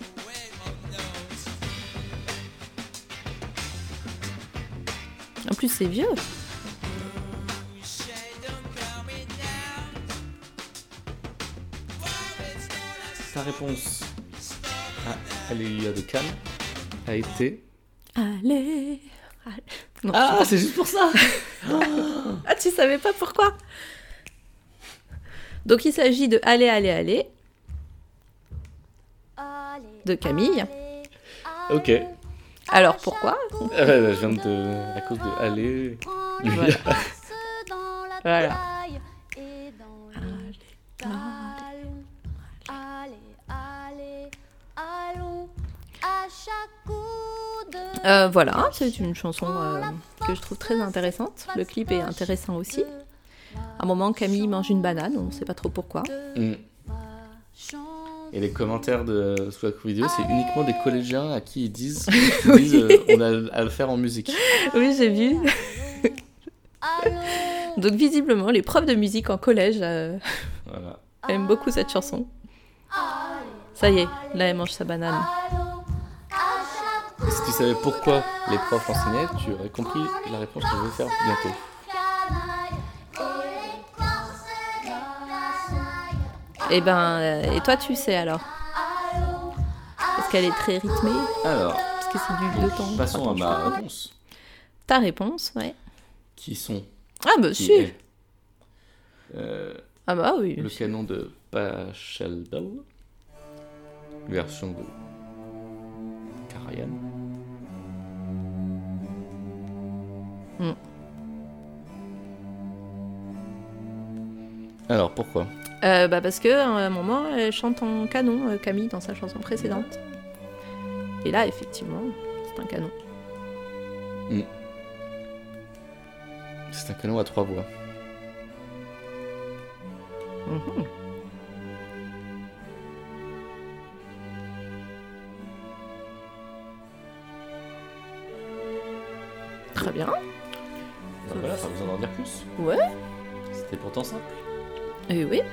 Speaker 2: En plus, c'est vieux.
Speaker 1: Ta réponse à Alléluia de Cannes a été...
Speaker 2: Allez, allez. Non,
Speaker 1: Ah,
Speaker 2: je sais
Speaker 1: c'est juste pour ça.
Speaker 2: pas. Ah, tu savais pas pourquoi ? Donc, il s'agit de Allez, allez, allez de Camille.
Speaker 1: Ok.
Speaker 2: Alors, pourquoi ?
Speaker 1: Ah ouais, ouais, je viens de... À cause de Allé...
Speaker 2: Voilà. Voilà. Euh, voilà, c'est une chanson euh, que je trouve très intéressante. Le clip est intéressant aussi. À un moment, Camille mange une banane, on ne sait pas trop pourquoi.
Speaker 1: Mm. Et les commentaires de sous la vidéo, c'est uniquement des collégiens à qui ils disent, ils
Speaker 2: Oui.
Speaker 1: disent euh, on a à le faire en musique.
Speaker 2: Oui, j'ai vu. Donc visiblement, les profs de musique en collège euh,
Speaker 1: Voilà.
Speaker 2: aiment beaucoup cette chanson. Ça y est, là elle mange sa banane.
Speaker 1: Et si tu savais pourquoi les profs enseignaient, tu aurais compris la réponse que je vais faire bientôt.
Speaker 2: Et ben, euh, et toi tu sais alors ? Parce qu'elle est très rythmée,
Speaker 1: Alors,
Speaker 2: parce que c'est du deux temps.
Speaker 1: passons à
Speaker 2: trois temps, je
Speaker 1: ma
Speaker 2: crois.
Speaker 1: réponse.
Speaker 2: Ta réponse, ouais.
Speaker 1: Qui sont
Speaker 2: Ah bah
Speaker 1: qui
Speaker 2: si.
Speaker 1: est, euh,
Speaker 2: Ah bah oui.
Speaker 1: le canon de Pachelbel, version de Karajan.
Speaker 2: Mm.
Speaker 1: Alors pourquoi?
Speaker 2: Euh, bah parce que à un moment, elle chante en canon, euh, Camille, dans sa chanson précédente. Et là, effectivement, c'est un canon.
Speaker 1: Mm. C'est un canon à trois voix.
Speaker 2: Mhm. Très bien.
Speaker 1: Ben voilà, pas besoin d'en dire plus.
Speaker 2: Ouais.
Speaker 1: C'était pourtant simple.
Speaker 2: Et oui.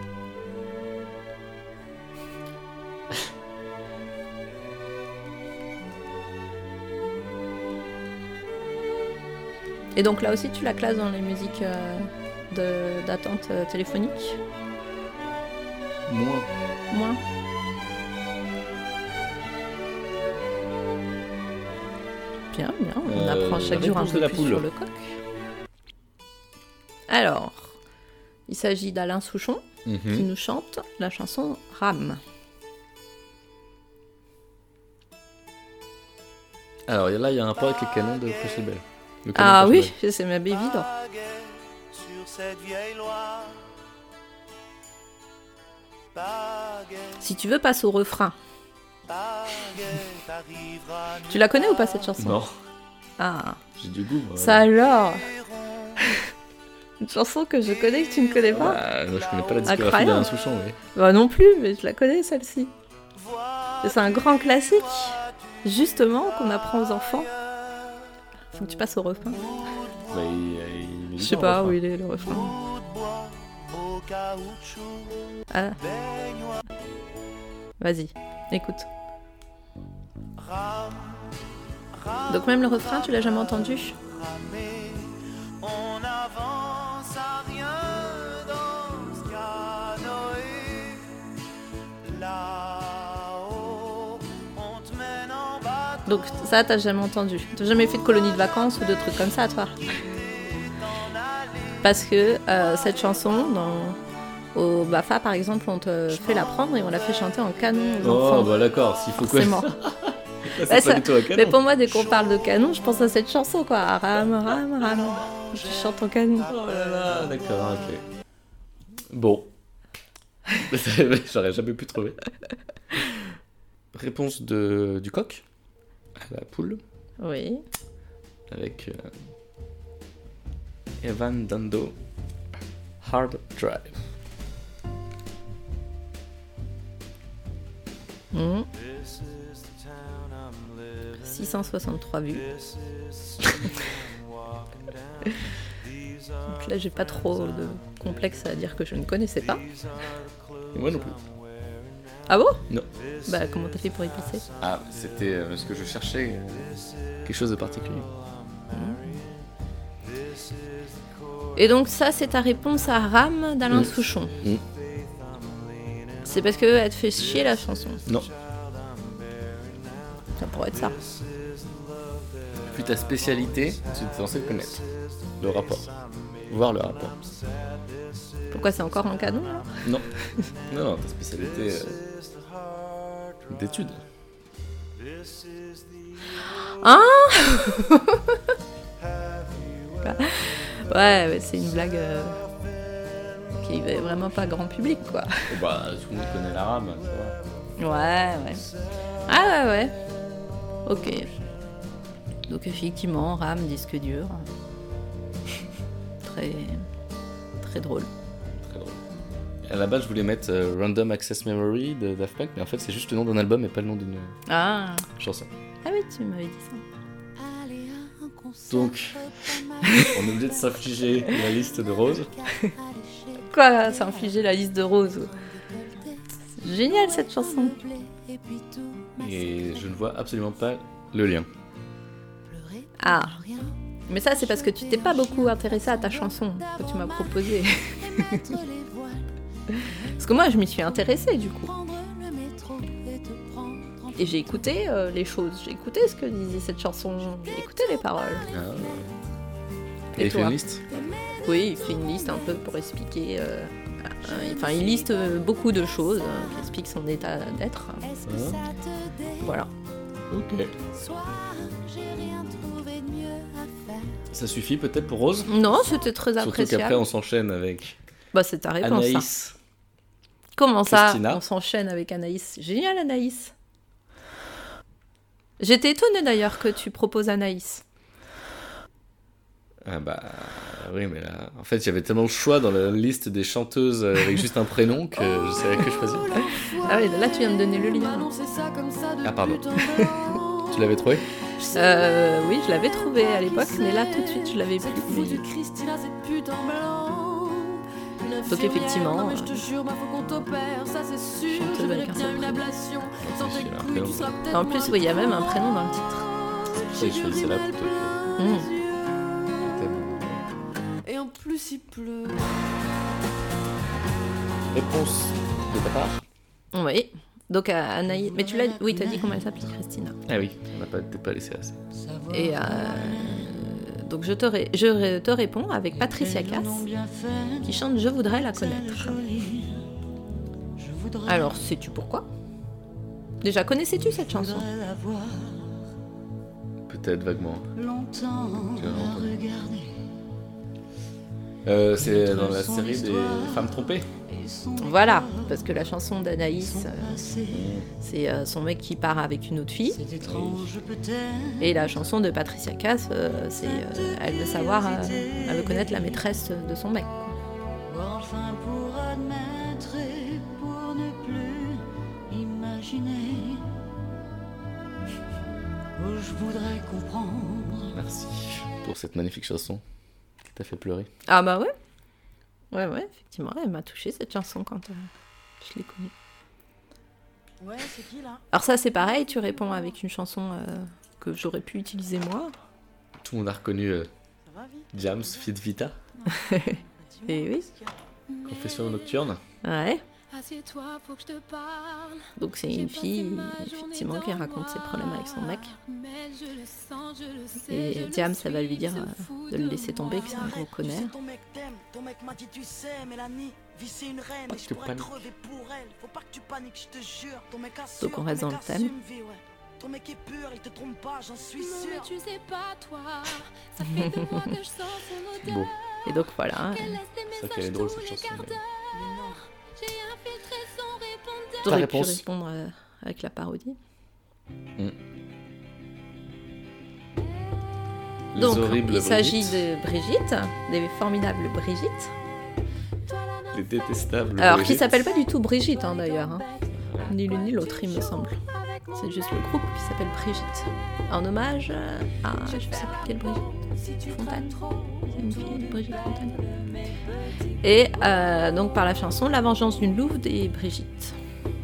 Speaker 2: Et donc là aussi, tu la classes dans les musiques euh, de- d'attente euh, téléphonique ?
Speaker 1: Moins.
Speaker 2: Moins. Bien, bien, on
Speaker 1: Euh,
Speaker 2: apprend chaque
Speaker 1: la
Speaker 2: jour un
Speaker 1: réponse
Speaker 2: peu
Speaker 1: de la
Speaker 2: plus
Speaker 1: poule.
Speaker 2: sur le coq. Alors, il s'agit d'Alain Souchon
Speaker 1: Mhm.
Speaker 2: qui nous chante la chanson Rame.
Speaker 1: Alors là, il y a un rapport avec les canons de Pachelbel. Le canon
Speaker 2: Ah
Speaker 1: de
Speaker 2: oui,
Speaker 1: Pachelbel.
Speaker 2: c'est même évident.
Speaker 3: Sur cette vieille loi.
Speaker 2: Si tu veux, passe au refrain.
Speaker 3: Baguette arrivera
Speaker 2: Tu la connais ou pas cette chanson?
Speaker 1: Non,
Speaker 2: Ah,
Speaker 1: j'ai du goût. moi.
Speaker 2: ça alors. Une chanson que je connais que tu ne connais pas?
Speaker 1: Ah, moi, je connais pas la discographie
Speaker 2: Incroyable.
Speaker 1: d'Alain Souchon, oui.
Speaker 2: Bah non plus, mais je la connais celle-ci. Et c'est un grand classique, justement, qu'on apprend aux enfants. Faut que tu passes au refrain.
Speaker 1: Bah, il, il est
Speaker 2: Je sais
Speaker 1: bien,
Speaker 2: pas
Speaker 1: enfin.
Speaker 2: où il est le refrain.
Speaker 3: au caoutchouc.
Speaker 2: Ah, vas-y, écoute.
Speaker 3: Rame, rame,
Speaker 2: Donc même le refrain, tu l'as jamais entendu?
Speaker 3: ramer. On n'avance à rien dans ce canoë. Là-haut, on te mène en bateau.
Speaker 2: Donc ça, t'as jamais entendu. T'as jamais fait de colonie de vacances ou de trucs comme ça, toi? Parce que euh, cette chanson, dans, au Bafa par exemple, on te fait l'apprendre et on la fait chanter en canon aux
Speaker 1: Oh,
Speaker 2: enfants.
Speaker 1: bah d'accord, s'il faut quoi.
Speaker 2: Forcément.
Speaker 1: C'est
Speaker 2: Ouais,
Speaker 1: pas
Speaker 2: ça-
Speaker 1: du tout un canon.
Speaker 2: Mais pour moi, dès qu'on parle de canon, je pense à cette chanson, quoi. Rame, rame, rame. Je chante en canon.
Speaker 1: Oh là là, d'accord, ok. Bon. J'aurais jamais pu trouver. Réponse de, du coq à la poule,
Speaker 2: Oui.
Speaker 1: avec euh, Evan Dando, Hard Drive.
Speaker 2: Mmh. six cent soixante-trois vues. Donc là, j'ai pas trop de complexe à dire que je ne connaissais pas.
Speaker 1: Et moi non plus.
Speaker 2: Ah bon?
Speaker 1: Non.
Speaker 2: Bah, comment t'as fait pour y passer?
Speaker 1: Ah, c'était euh, ce que je cherchais, euh, quelque chose de particulier.
Speaker 2: Et donc ça, c'est ta réponse à Rame d'Alain
Speaker 1: Mmh.
Speaker 2: Souchon.
Speaker 1: Mmh.
Speaker 2: C'est parce qu'elle te fait chier la chanson.
Speaker 1: Non.
Speaker 2: Ça pourrait être ça.
Speaker 1: Puis ta spécialité, tu es censé le connaître. Le rapport. Voir le rapport.
Speaker 2: Pourquoi c'est encore en canon là?
Speaker 1: Non. Non, non, ta spécialité euh, d'études.
Speaker 2: Ah Ouais, ouais, c'est une blague euh, qui est vraiment pas grand public quoi.
Speaker 1: Oh bah, tout le monde connaît la rame, ça va.
Speaker 2: Ouais, ouais. Ah ouais, ouais. Ok. Donc effectivement, Rame, disque dur. Très, très drôle.
Speaker 1: Très drôle. À la base, je voulais mettre euh, Random Access Memory de Daft Punk, mais en fait, c'est juste le nom d'un album et pas le nom d'une
Speaker 2: Ah.
Speaker 1: chanson.
Speaker 2: Ah oui, tu m'avais dit ça.
Speaker 1: Donc, on est obligé de s'infliger la liste de Rose.
Speaker 2: Quoi, s'infliger la liste de Rose? C'est génial cette chanson.
Speaker 1: Et je ne vois absolument pas le lien.
Speaker 2: Ah. Mais ça, c'est parce que tu t'es pas beaucoup intéressé à ta chanson que tu m'as proposée. Parce que moi, je m'y suis intéressée du coup. Et j'ai écouté euh, les choses, j'ai écouté ce que disait cette chanson, j'ai écouté les paroles.
Speaker 1: Ah.
Speaker 2: Et
Speaker 1: Et il fait
Speaker 2: toi
Speaker 1: une liste.
Speaker 2: Oui, il fait une liste un peu pour expliquer. Euh, euh, enfin, il liste euh, beaucoup de choses euh, qui expliquent son état d'être.
Speaker 1: Ah.
Speaker 2: Voilà.
Speaker 1: Ok. Ça suffit peut-être pour Rose.
Speaker 2: Non, c'était très
Speaker 1: Surtout qu'après
Speaker 2: appréciable.
Speaker 1: on s'enchaîne avec
Speaker 2: Bah, c'est ta réponse. Ça.
Speaker 1: Anaïs.
Speaker 2: Comment ça,
Speaker 1: Christina.
Speaker 2: on s'enchaîne avec Anaïs? Génial, Anaïs. J'étais étonnée d'ailleurs que tu proposes Anaïs.
Speaker 1: Ah bah oui, mais là, en fait, j'avais tellement le choix dans la liste des chanteuses avec juste un prénom que je savais que choisir.
Speaker 2: Ah oui, là tu viens de donner le lien.
Speaker 1: Ah pardon. Tu l'avais trouvé?
Speaker 2: Euh, oui, je l'avais trouvé à l'époque, mais là tout de suite je l'avais plus. Mais... Donc effectivement, euh, chanteuse avec un seul prénom. En plus, oui, il y a même un prénom dans le titre.
Speaker 1: J'ai choisi celle-là plutôt que
Speaker 2: Mmh.
Speaker 1: le thème.
Speaker 4: Et en plus il pleut.
Speaker 1: Réponse de ta part?
Speaker 2: Oui. Donc à Anaïs, mais tu l'as, oui, t'as dit comment elle s'appelle, Christina.
Speaker 1: Ah oui, on n'a pas- peut-être pas laissé assez.
Speaker 2: Et euh, donc je te, ré- je ré- te réponds avec Patricia Cass qui chante Je voudrais la connaître. Alors sais-tu pourquoi? Déjà connaissais-tu cette chanson?
Speaker 1: Peut-être vaguement. Tu l'as entendu. Euh, c'est dans la série des femmes trompées.
Speaker 2: Voilà, parce que la chanson d'Anaïs, euh, c'est euh, son mec qui part avec une autre fille. Et la chanson de Patricia Cass, euh, c'est euh, elle veut savoir, euh, elle veut connaître la maîtresse de son mec.
Speaker 5: Enfin pour admettre et pour ne plus imaginer. Oh, je voudrais comprendre.
Speaker 1: Merci pour cette magnifique chanson qui t'a fait pleurer.
Speaker 2: Ah bah ouais. Ouais, ouais, effectivement, elle m'a touchée cette chanson quand euh, je l'ai connue.
Speaker 4: Ouais, c'est qui là?
Speaker 2: Alors ça c'est pareil, tu réponds avec une chanson euh, que j'aurais pu utiliser moi.
Speaker 1: Tout le monde a reconnu euh,
Speaker 4: Ça va vite?
Speaker 1: Jams, Fit Vita,
Speaker 2: Et oui.
Speaker 1: Confession nocturne.
Speaker 2: Ouais.
Speaker 4: Assieds-toi, faut que je te parle.
Speaker 2: Donc c'est une fille effectivement qui raconte ses problèmes avec son mec.
Speaker 4: Mais je le sens, je le sais,
Speaker 2: Et
Speaker 4: je le
Speaker 2: Diams, ça va
Speaker 4: suis,
Speaker 2: lui dire
Speaker 4: il se
Speaker 2: euh,
Speaker 4: fout
Speaker 2: de le laisser tomber, que c'est un
Speaker 4: moi.
Speaker 2: gros connard.
Speaker 6: Ton mec t'aime, ton mec m'a dit tu sais, Mélanie, vie c'est une reine,
Speaker 1: Pas
Speaker 6: et
Speaker 1: que
Speaker 6: je
Speaker 1: tu
Speaker 6: pourrais
Speaker 1: paniques.
Speaker 6: crever pour elle. Faut pas que tu paniques, je te jure. Ton mec assure,
Speaker 2: Donc on reste
Speaker 6: ton
Speaker 2: dans
Speaker 6: mec
Speaker 2: le thème.
Speaker 6: assume, vie, ouais. Ton mec est pur, il te trompe pas, j'en suis
Speaker 4: Non, mais
Speaker 6: sûr.
Speaker 4: tu sais pas, toi. Ça fait deux mois que je sens son odeur.
Speaker 1: Bon,
Speaker 2: Et donc voilà.
Speaker 4: Qu'elle laisse des
Speaker 1: c'est vrai
Speaker 4: messages
Speaker 1: qu'elle est drôle
Speaker 4: tous
Speaker 1: cette
Speaker 4: les
Speaker 1: chanson.
Speaker 4: quarts
Speaker 1: mais-
Speaker 4: d'heure. J'ai infiltré son répondeur.
Speaker 2: T'aurais pu
Speaker 1: réponse.
Speaker 2: répondre euh, avec la parodie.
Speaker 1: Les
Speaker 2: Donc,
Speaker 1: horribles
Speaker 2: il s'agit
Speaker 1: Brigitte.
Speaker 2: de Brigitte, des formidables Brigitte.
Speaker 1: Les détestables
Speaker 2: Alors, qui
Speaker 1: Brigitte.
Speaker 2: s'appelle pas du tout Brigitte, hein, d'ailleurs. hein. Ni l'une ni l'autre, il me semble. C'est juste le groupe qui s'appelle Brigitte. En hommage à, je sais plus quelle Brigitte. Fontaine. C'est une fille, Brigitte Fontaine. Et euh, donc, par la chanson La vengeance d'une louve des Brigitte.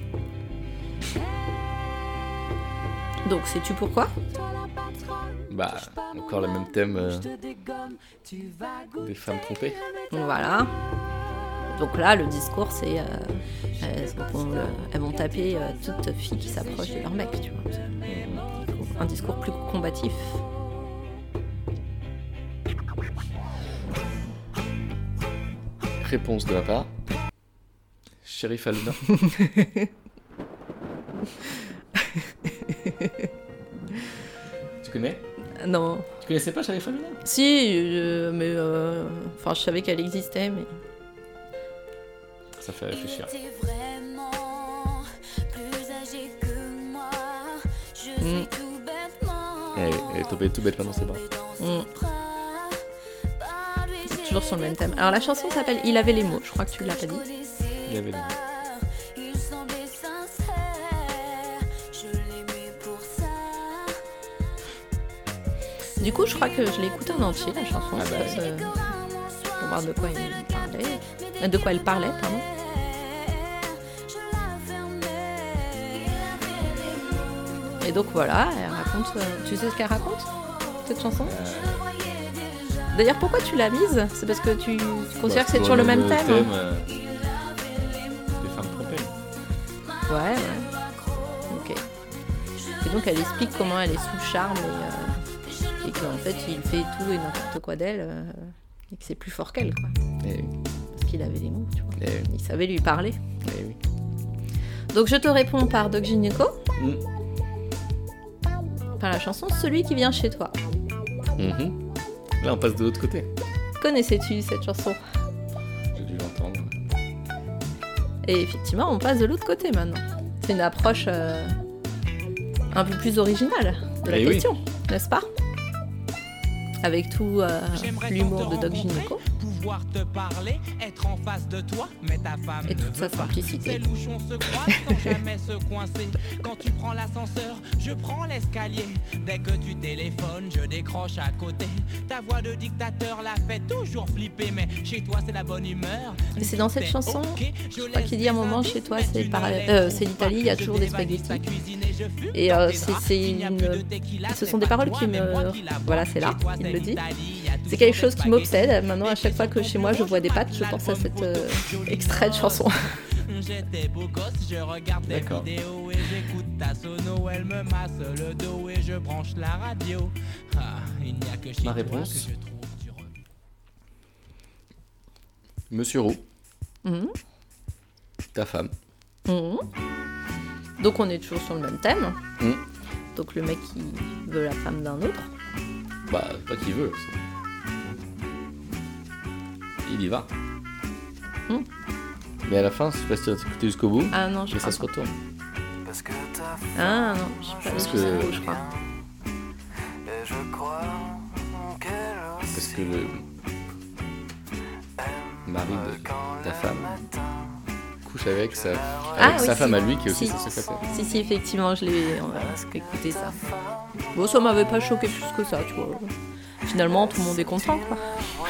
Speaker 2: Donc, sais-tu pourquoi ?
Speaker 1: Bah, encore le même thème euh, des femmes trompées.
Speaker 2: Voilà. Donc là, le discours, c'est... Euh, elles, vont, euh, elles vont taper euh, toute fille qui s'approche de leur mec, tu vois. C'est un discours plus combatif.
Speaker 1: Réponse de ma part. Shérif Halouna. Tu connais ?
Speaker 2: Non.
Speaker 1: Tu connaissais pas Shérif Halouna ?
Speaker 2: Si, euh, mais... euh, Enfin, je savais qu'elle existait, mais...
Speaker 1: Ça fait réfléchir.
Speaker 4: était vraiment plus âgé que moi. Je
Speaker 2: Mm.
Speaker 4: suis tout bêtement.
Speaker 1: Elle, elle est tombée tout bêtement dans ses bras.
Speaker 2: Mm. Toujours sur le même thème. Alors, la chanson s'appelle Il avait les mots. Je crois que tu l'as pas dit.
Speaker 1: Il y avait les mots.
Speaker 4: Il semblait sincère. Je l'aimais pour ça.
Speaker 2: Du coup, je crois que je l'ai écoutée en entier, la chanson.
Speaker 1: Ah bah
Speaker 2: parce que- pour voir de quoi il parlait. Euh, De quoi elle parlait, pardon. Et donc voilà, elle raconte... euh, Tu sais ce qu'elle raconte, cette chanson ? D'ailleurs, pourquoi tu l'as mise ? C'est parce que tu, tu considères que c'est toujours le même thème, hein
Speaker 1: euh, des femmes trompées.
Speaker 2: Ouais, ouais. Ok. Et donc, elle explique comment elle est sous le charme et, euh, et qu'en fait, il fait tout et n'importe quoi d'elle euh, et que c'est plus fort qu'elle, quoi.
Speaker 1: Eh oui.
Speaker 2: Parce qu'il avait les mots, tu vois.
Speaker 1: Eh oui.
Speaker 2: Il savait lui parler.
Speaker 1: Eh oui.
Speaker 2: Donc, je te réponds par Doc Gynéco,
Speaker 1: Mm.
Speaker 2: par la chanson Celui qui vient chez toi.
Speaker 1: Mhm. Là, on passe de l'autre côté.
Speaker 2: Connaissais-tu cette chanson ?
Speaker 1: J'ai dû l'entendre.
Speaker 2: Et effectivement, on passe de l'autre côté maintenant. C'est une approche euh, un peu plus originale de la
Speaker 1: Eh oui.
Speaker 2: question, n'est-ce pas ? Avec tout euh, l'humour de Doc Gynéco
Speaker 7: pouvoir te parler, être en face de toi, mais ta femme
Speaker 2: et
Speaker 7: ne
Speaker 2: toute sa
Speaker 7: veut pas.
Speaker 2: simplicité.
Speaker 7: Ces louchons se croisent sans jamais se coincer. Quand tu prends l'ascenseur, je prends l'escalier. Dès que tu téléphones, je décroche à côté. Ta voix de dictateur la fait toujours flipper, mais chez toi c'est la bonne humeur.
Speaker 2: Et c'est dans cette
Speaker 7: C'est
Speaker 2: chanson,
Speaker 7: ok,
Speaker 2: je crois qu'il dit à un moment chez toi c'est
Speaker 7: tu
Speaker 2: par-
Speaker 7: ne
Speaker 2: euh,
Speaker 7: lèves
Speaker 2: c'est l'Italie, il y a toujours des spaghettis.
Speaker 7: Et
Speaker 2: Et euh, c'est, c'est une... ce sont des paroles qui me... Voilà, c'est là, il le dit. C'est quelque chose qui m'obsède. Maintenant, à chaque fois que chez moi je vois des pâtes, je pense à cet euh, extrait de chanson.
Speaker 7: J'étais beau gosse, je regarde les
Speaker 1: D'accord.
Speaker 7: vidéos et j'écoute ta sono, elle me masse le dos et je branche la radio. Ah, il n'y a que chez
Speaker 1: Ma
Speaker 7: toi
Speaker 1: réponse.
Speaker 7: que je trouve du repos.
Speaker 1: Monsieur Roux,
Speaker 2: Mhm,
Speaker 1: ta femme.
Speaker 2: mhm. Donc on est toujours sur le même thème.
Speaker 1: Mhm.
Speaker 2: Donc le mec qui veut la femme d'un autre.
Speaker 1: Bah, pas qui veut. c'est- Il y va.
Speaker 2: Hmm.
Speaker 1: Mais à la fin, je sais pas si tu as écouté jusqu'au bout,
Speaker 2: Ah non, je
Speaker 1: mais
Speaker 2: crois
Speaker 1: ça se
Speaker 2: pas.
Speaker 1: retourne.
Speaker 2: Ah non, je sais pas,
Speaker 1: Parce
Speaker 2: je
Speaker 1: que-
Speaker 2: sais pas, je crois.
Speaker 1: Parce que le mari de ta femme couche avec sa, avec
Speaker 2: Ah oui,
Speaker 1: sa
Speaker 2: si.
Speaker 1: femme à lui qui est aussi
Speaker 2: Si.
Speaker 1: sa secrétaire.
Speaker 2: Si, si, effectivement, je l'ai on a écouté ça. Bon, ça m'avait pas choqué plus que ça, tu vois. Finalement, tout le monde est content, quoi.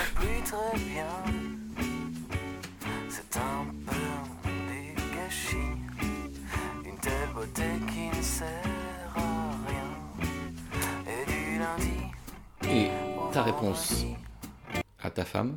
Speaker 1: Et ta réponse à ta femme,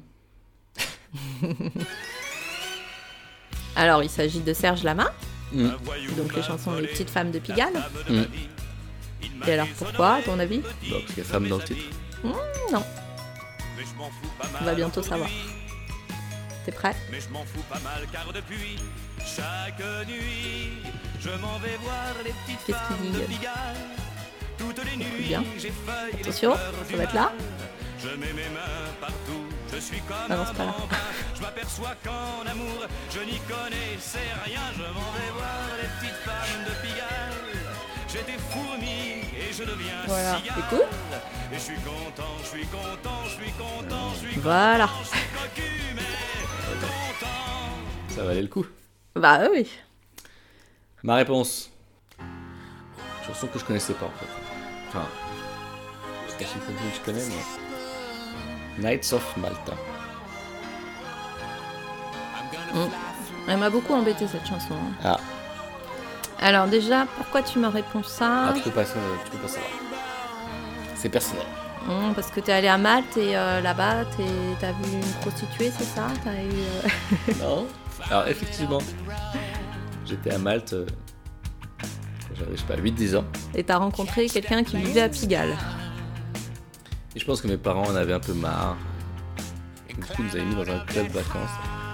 Speaker 2: Alors, il s'agit de Serge Lama,
Speaker 1: mm.
Speaker 2: donc les chansons Les Petites Femmes de Pigalle.
Speaker 1: Mm.
Speaker 2: Et alors, pourquoi, à ton avis ?
Speaker 1: Bah, parce qu'il y a femme dans le titre.
Speaker 2: Non. On va bientôt savoir. T'es prêt ?
Speaker 8: Mais je m'en fous pas mal car depuis chaque nuit, je m'en vais voir les petites
Speaker 2: Qu'est-ce
Speaker 8: femmes
Speaker 2: qu'il
Speaker 8: de
Speaker 2: dit
Speaker 8: Pigalle. Toutes les nuits,
Speaker 2: bien.
Speaker 8: j'effeuille les
Speaker 2: Attention,
Speaker 8: fleurs
Speaker 2: ça
Speaker 8: du
Speaker 2: va être là.
Speaker 8: mal. Je mets mes mains partout, je suis comme
Speaker 2: Ah non,
Speaker 8: un
Speaker 2: c'est pas là.
Speaker 8: bambin. Je m'aperçois qu'en amour, je n'y connaissais rien. Je m'en vais voir les petites femmes de Pigalle. J'étais fourmi et je deviens
Speaker 2: Voilà,
Speaker 8: cigale.
Speaker 2: écoute.
Speaker 8: Et je suis content, je suis content, je suis content, je suis
Speaker 2: Voilà.
Speaker 8: content, je suis cocu, mais content.
Speaker 1: Ça valait le coup.
Speaker 2: Bah oui.
Speaker 1: Ma réponse. Chanson que je connaissais pas en fait. Enfin, c'est pas une chanson que je connais, mais. Knights of Malta.
Speaker 2: Mm. Elle m'a beaucoup embêté cette chanson. hein.
Speaker 1: Ah,
Speaker 2: Alors déjà, pourquoi tu me réponds ça
Speaker 1: ah tu, peux pas, tu peux pas savoir. C'est personnel.
Speaker 2: Mm, Parce que t'es allé à Malte et euh, là-bas, t'es- t'as vu une prostituée, c'est ça T'as eu, euh,
Speaker 1: Non. Alors effectivement, j'étais à Malte euh, quand j'avais, je sais pas, huit dix ans.
Speaker 2: Et t'as rencontré quelqu'un qui vivait à Pigalle.
Speaker 1: Et je pense que mes parents en avaient un peu marre. Et du coup, ils nous avaient mis dans un club vacances.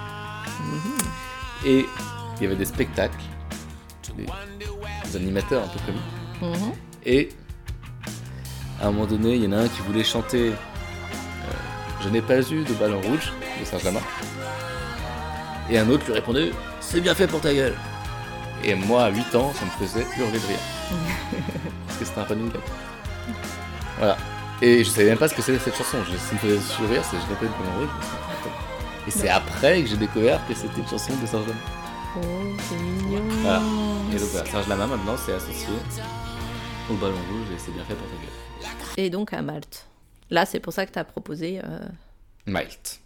Speaker 1: Et il y avait des spectacles, des, des animateurs un peu connus.
Speaker 2: Mhm.
Speaker 1: Et à un moment donné, il y en a un qui voulait chanter euh, Je n'ai pas eu de ballon rouge de Saint-Germain. Et un autre lui répondait C'est bien fait pour ta gueule. Et moi, à huit ans, ça me faisait hurler de rire. Parce que c'était un running gag. Voilà. Et je savais même pas ce que c'était cette chanson. Je, ça me faisait sourire, c'est Je n'ai pas eu de ballon rouge. Et c'est après que j'ai découvert que c'était une chanson de Serge Lama.
Speaker 2: Oh, c'est mignon.
Speaker 1: Voilà. Et donc voilà, Serge Lama maintenant c'est associé au ballon rouge et c'est bien fait pour ta gueule.
Speaker 2: Et donc à Malte. Là, c'est pour ça que t'as proposé... euh,
Speaker 1: Malte.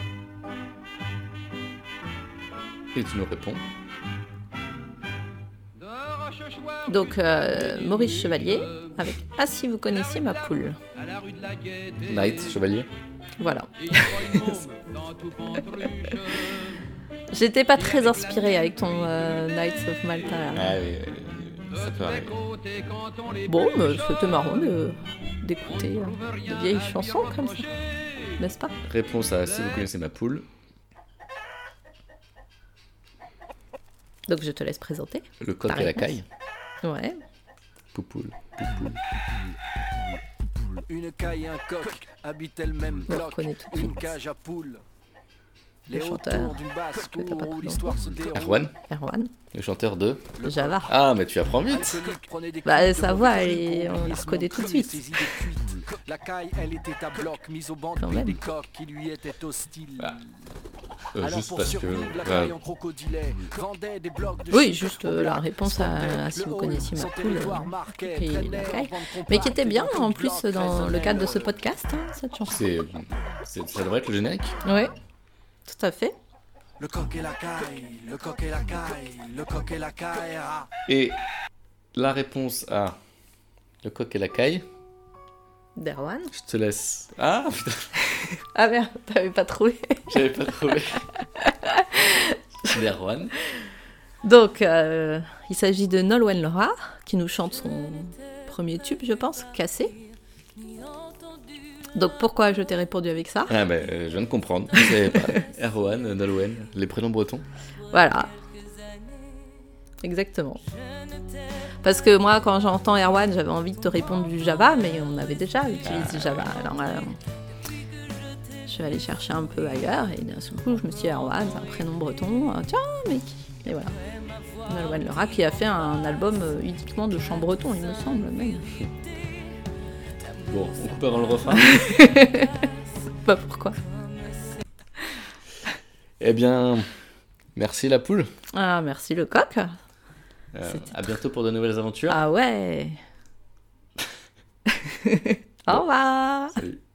Speaker 1: Et tu nous réponds.
Speaker 2: Donc, euh, Maurice Chevalier, avec « Ah, si vous connaissiez ma poule
Speaker 1: Knight, chevalier. »
Speaker 2: Voilà. J'étais pas très inspirée avec ton euh, Knights of Malta. là.
Speaker 1: Ah oui, oui, oui, ça peut arriver.
Speaker 2: Bon, mais c'était marrant de- d'écouter euh, de vieilles chansons comme ça. N'est-ce pas?
Speaker 1: Réponse à Si vous connaissez ma poule.
Speaker 2: Donc je te laisse présenter.
Speaker 1: Le coq
Speaker 2: Ta
Speaker 1: et la
Speaker 2: réponse.
Speaker 1: caille.
Speaker 2: Ouais.
Speaker 1: Poupoule.
Speaker 3: Une caille et un coq habitent le même
Speaker 2: On
Speaker 3: bloc.
Speaker 2: reconnaît tout de
Speaker 3: Une
Speaker 2: suite.
Speaker 3: cage à poules.
Speaker 2: Le
Speaker 3: Les
Speaker 2: chanteur,
Speaker 3: autour d'une basse
Speaker 2: que t'as pas
Speaker 3: cour où
Speaker 2: pris
Speaker 3: l'histoire se
Speaker 2: longtemps.
Speaker 3: déroule.
Speaker 1: Erwan,
Speaker 2: Erwan.
Speaker 1: le chanteur de.
Speaker 2: Java.
Speaker 1: Ah, mais tu apprends vite.
Speaker 3: Alcoolique, prenait des
Speaker 2: Bah,
Speaker 3: coups de
Speaker 2: sa voix,
Speaker 3: mauvais
Speaker 2: elle est-
Speaker 3: pour
Speaker 2: on la
Speaker 3: lui,
Speaker 2: reconnaît tout de
Speaker 3: comme
Speaker 2: suite.
Speaker 3: ses idées cuites. La caille, elle était à bloc, mise au banc
Speaker 2: Quand
Speaker 3: de
Speaker 2: même.
Speaker 3: des coqs qui lui étaient hostiles.
Speaker 1: Ah. Euh,
Speaker 3: Alors
Speaker 1: juste
Speaker 3: pour
Speaker 1: parce que.
Speaker 3: survivre, la
Speaker 1: voilà.
Speaker 3: caille en crocodilet vendait des blocs de
Speaker 2: Oui,
Speaker 3: chiffres
Speaker 2: juste
Speaker 3: au
Speaker 2: euh, la
Speaker 3: black.
Speaker 2: réponse à, à Si
Speaker 3: Le
Speaker 2: vous
Speaker 3: hall,
Speaker 2: connaissiez ma
Speaker 3: son
Speaker 2: poule,
Speaker 3: territoire
Speaker 2: euh,
Speaker 3: marquait,
Speaker 2: et
Speaker 3: traînait
Speaker 2: la
Speaker 3: en
Speaker 2: caille.
Speaker 3: bande compacte
Speaker 2: Mais qui était bien
Speaker 3: dans
Speaker 2: en
Speaker 3: tout
Speaker 2: plus
Speaker 3: bloc,
Speaker 2: dans le
Speaker 3: très
Speaker 2: cadre de ce
Speaker 3: honnête.
Speaker 2: podcast, hein, cette chanson.
Speaker 1: C'est, c'est- ça devrait être le générique.
Speaker 2: Oui, tout à fait.
Speaker 3: Le coq et la caille, le coq et la caille, le coq et la caille. ah.
Speaker 1: Et la réponse à Le coq et la caille,
Speaker 2: D'Erwan.
Speaker 1: je te laisse. Ah putain,
Speaker 2: Ah merde, t'avais pas trouvé.
Speaker 1: j'avais pas trouvé. D'Erwan.
Speaker 2: Donc, euh, il s'agit de Nolwenn Laura, qui nous chante son premier tube, je pense, Cassé. Donc, pourquoi je t'ai répondu avec ça?
Speaker 1: Ah ben, euh, je viens de comprendre. Je savais pas. Erwan, Nolwenn, les prénoms bretons.
Speaker 2: Voilà. Exactement. Parce que moi, quand j'entends Erwan, j'avais envie de te répondre du Java, mais on avait déjà utilisé Java. Alors, euh, je vais aller chercher un peu ailleurs, et d'un seul coup, je me suis dit, Erwan, c'est un prénom breton. Euh, tiens, mec. Et voilà. Nolwenn Laura, qui a fait un album euh, uniquement de chant breton, il me semble, même.
Speaker 1: Bon, on coupe avant le refrain.
Speaker 2: Pas pourquoi.
Speaker 1: Eh bien, merci la poule.
Speaker 2: Ah, merci le coq.
Speaker 1: Euh,
Speaker 2: C'était
Speaker 1: à bientôt pour de nouvelles aventures.
Speaker 2: Ah ouais. Au revoir.
Speaker 1: Salut.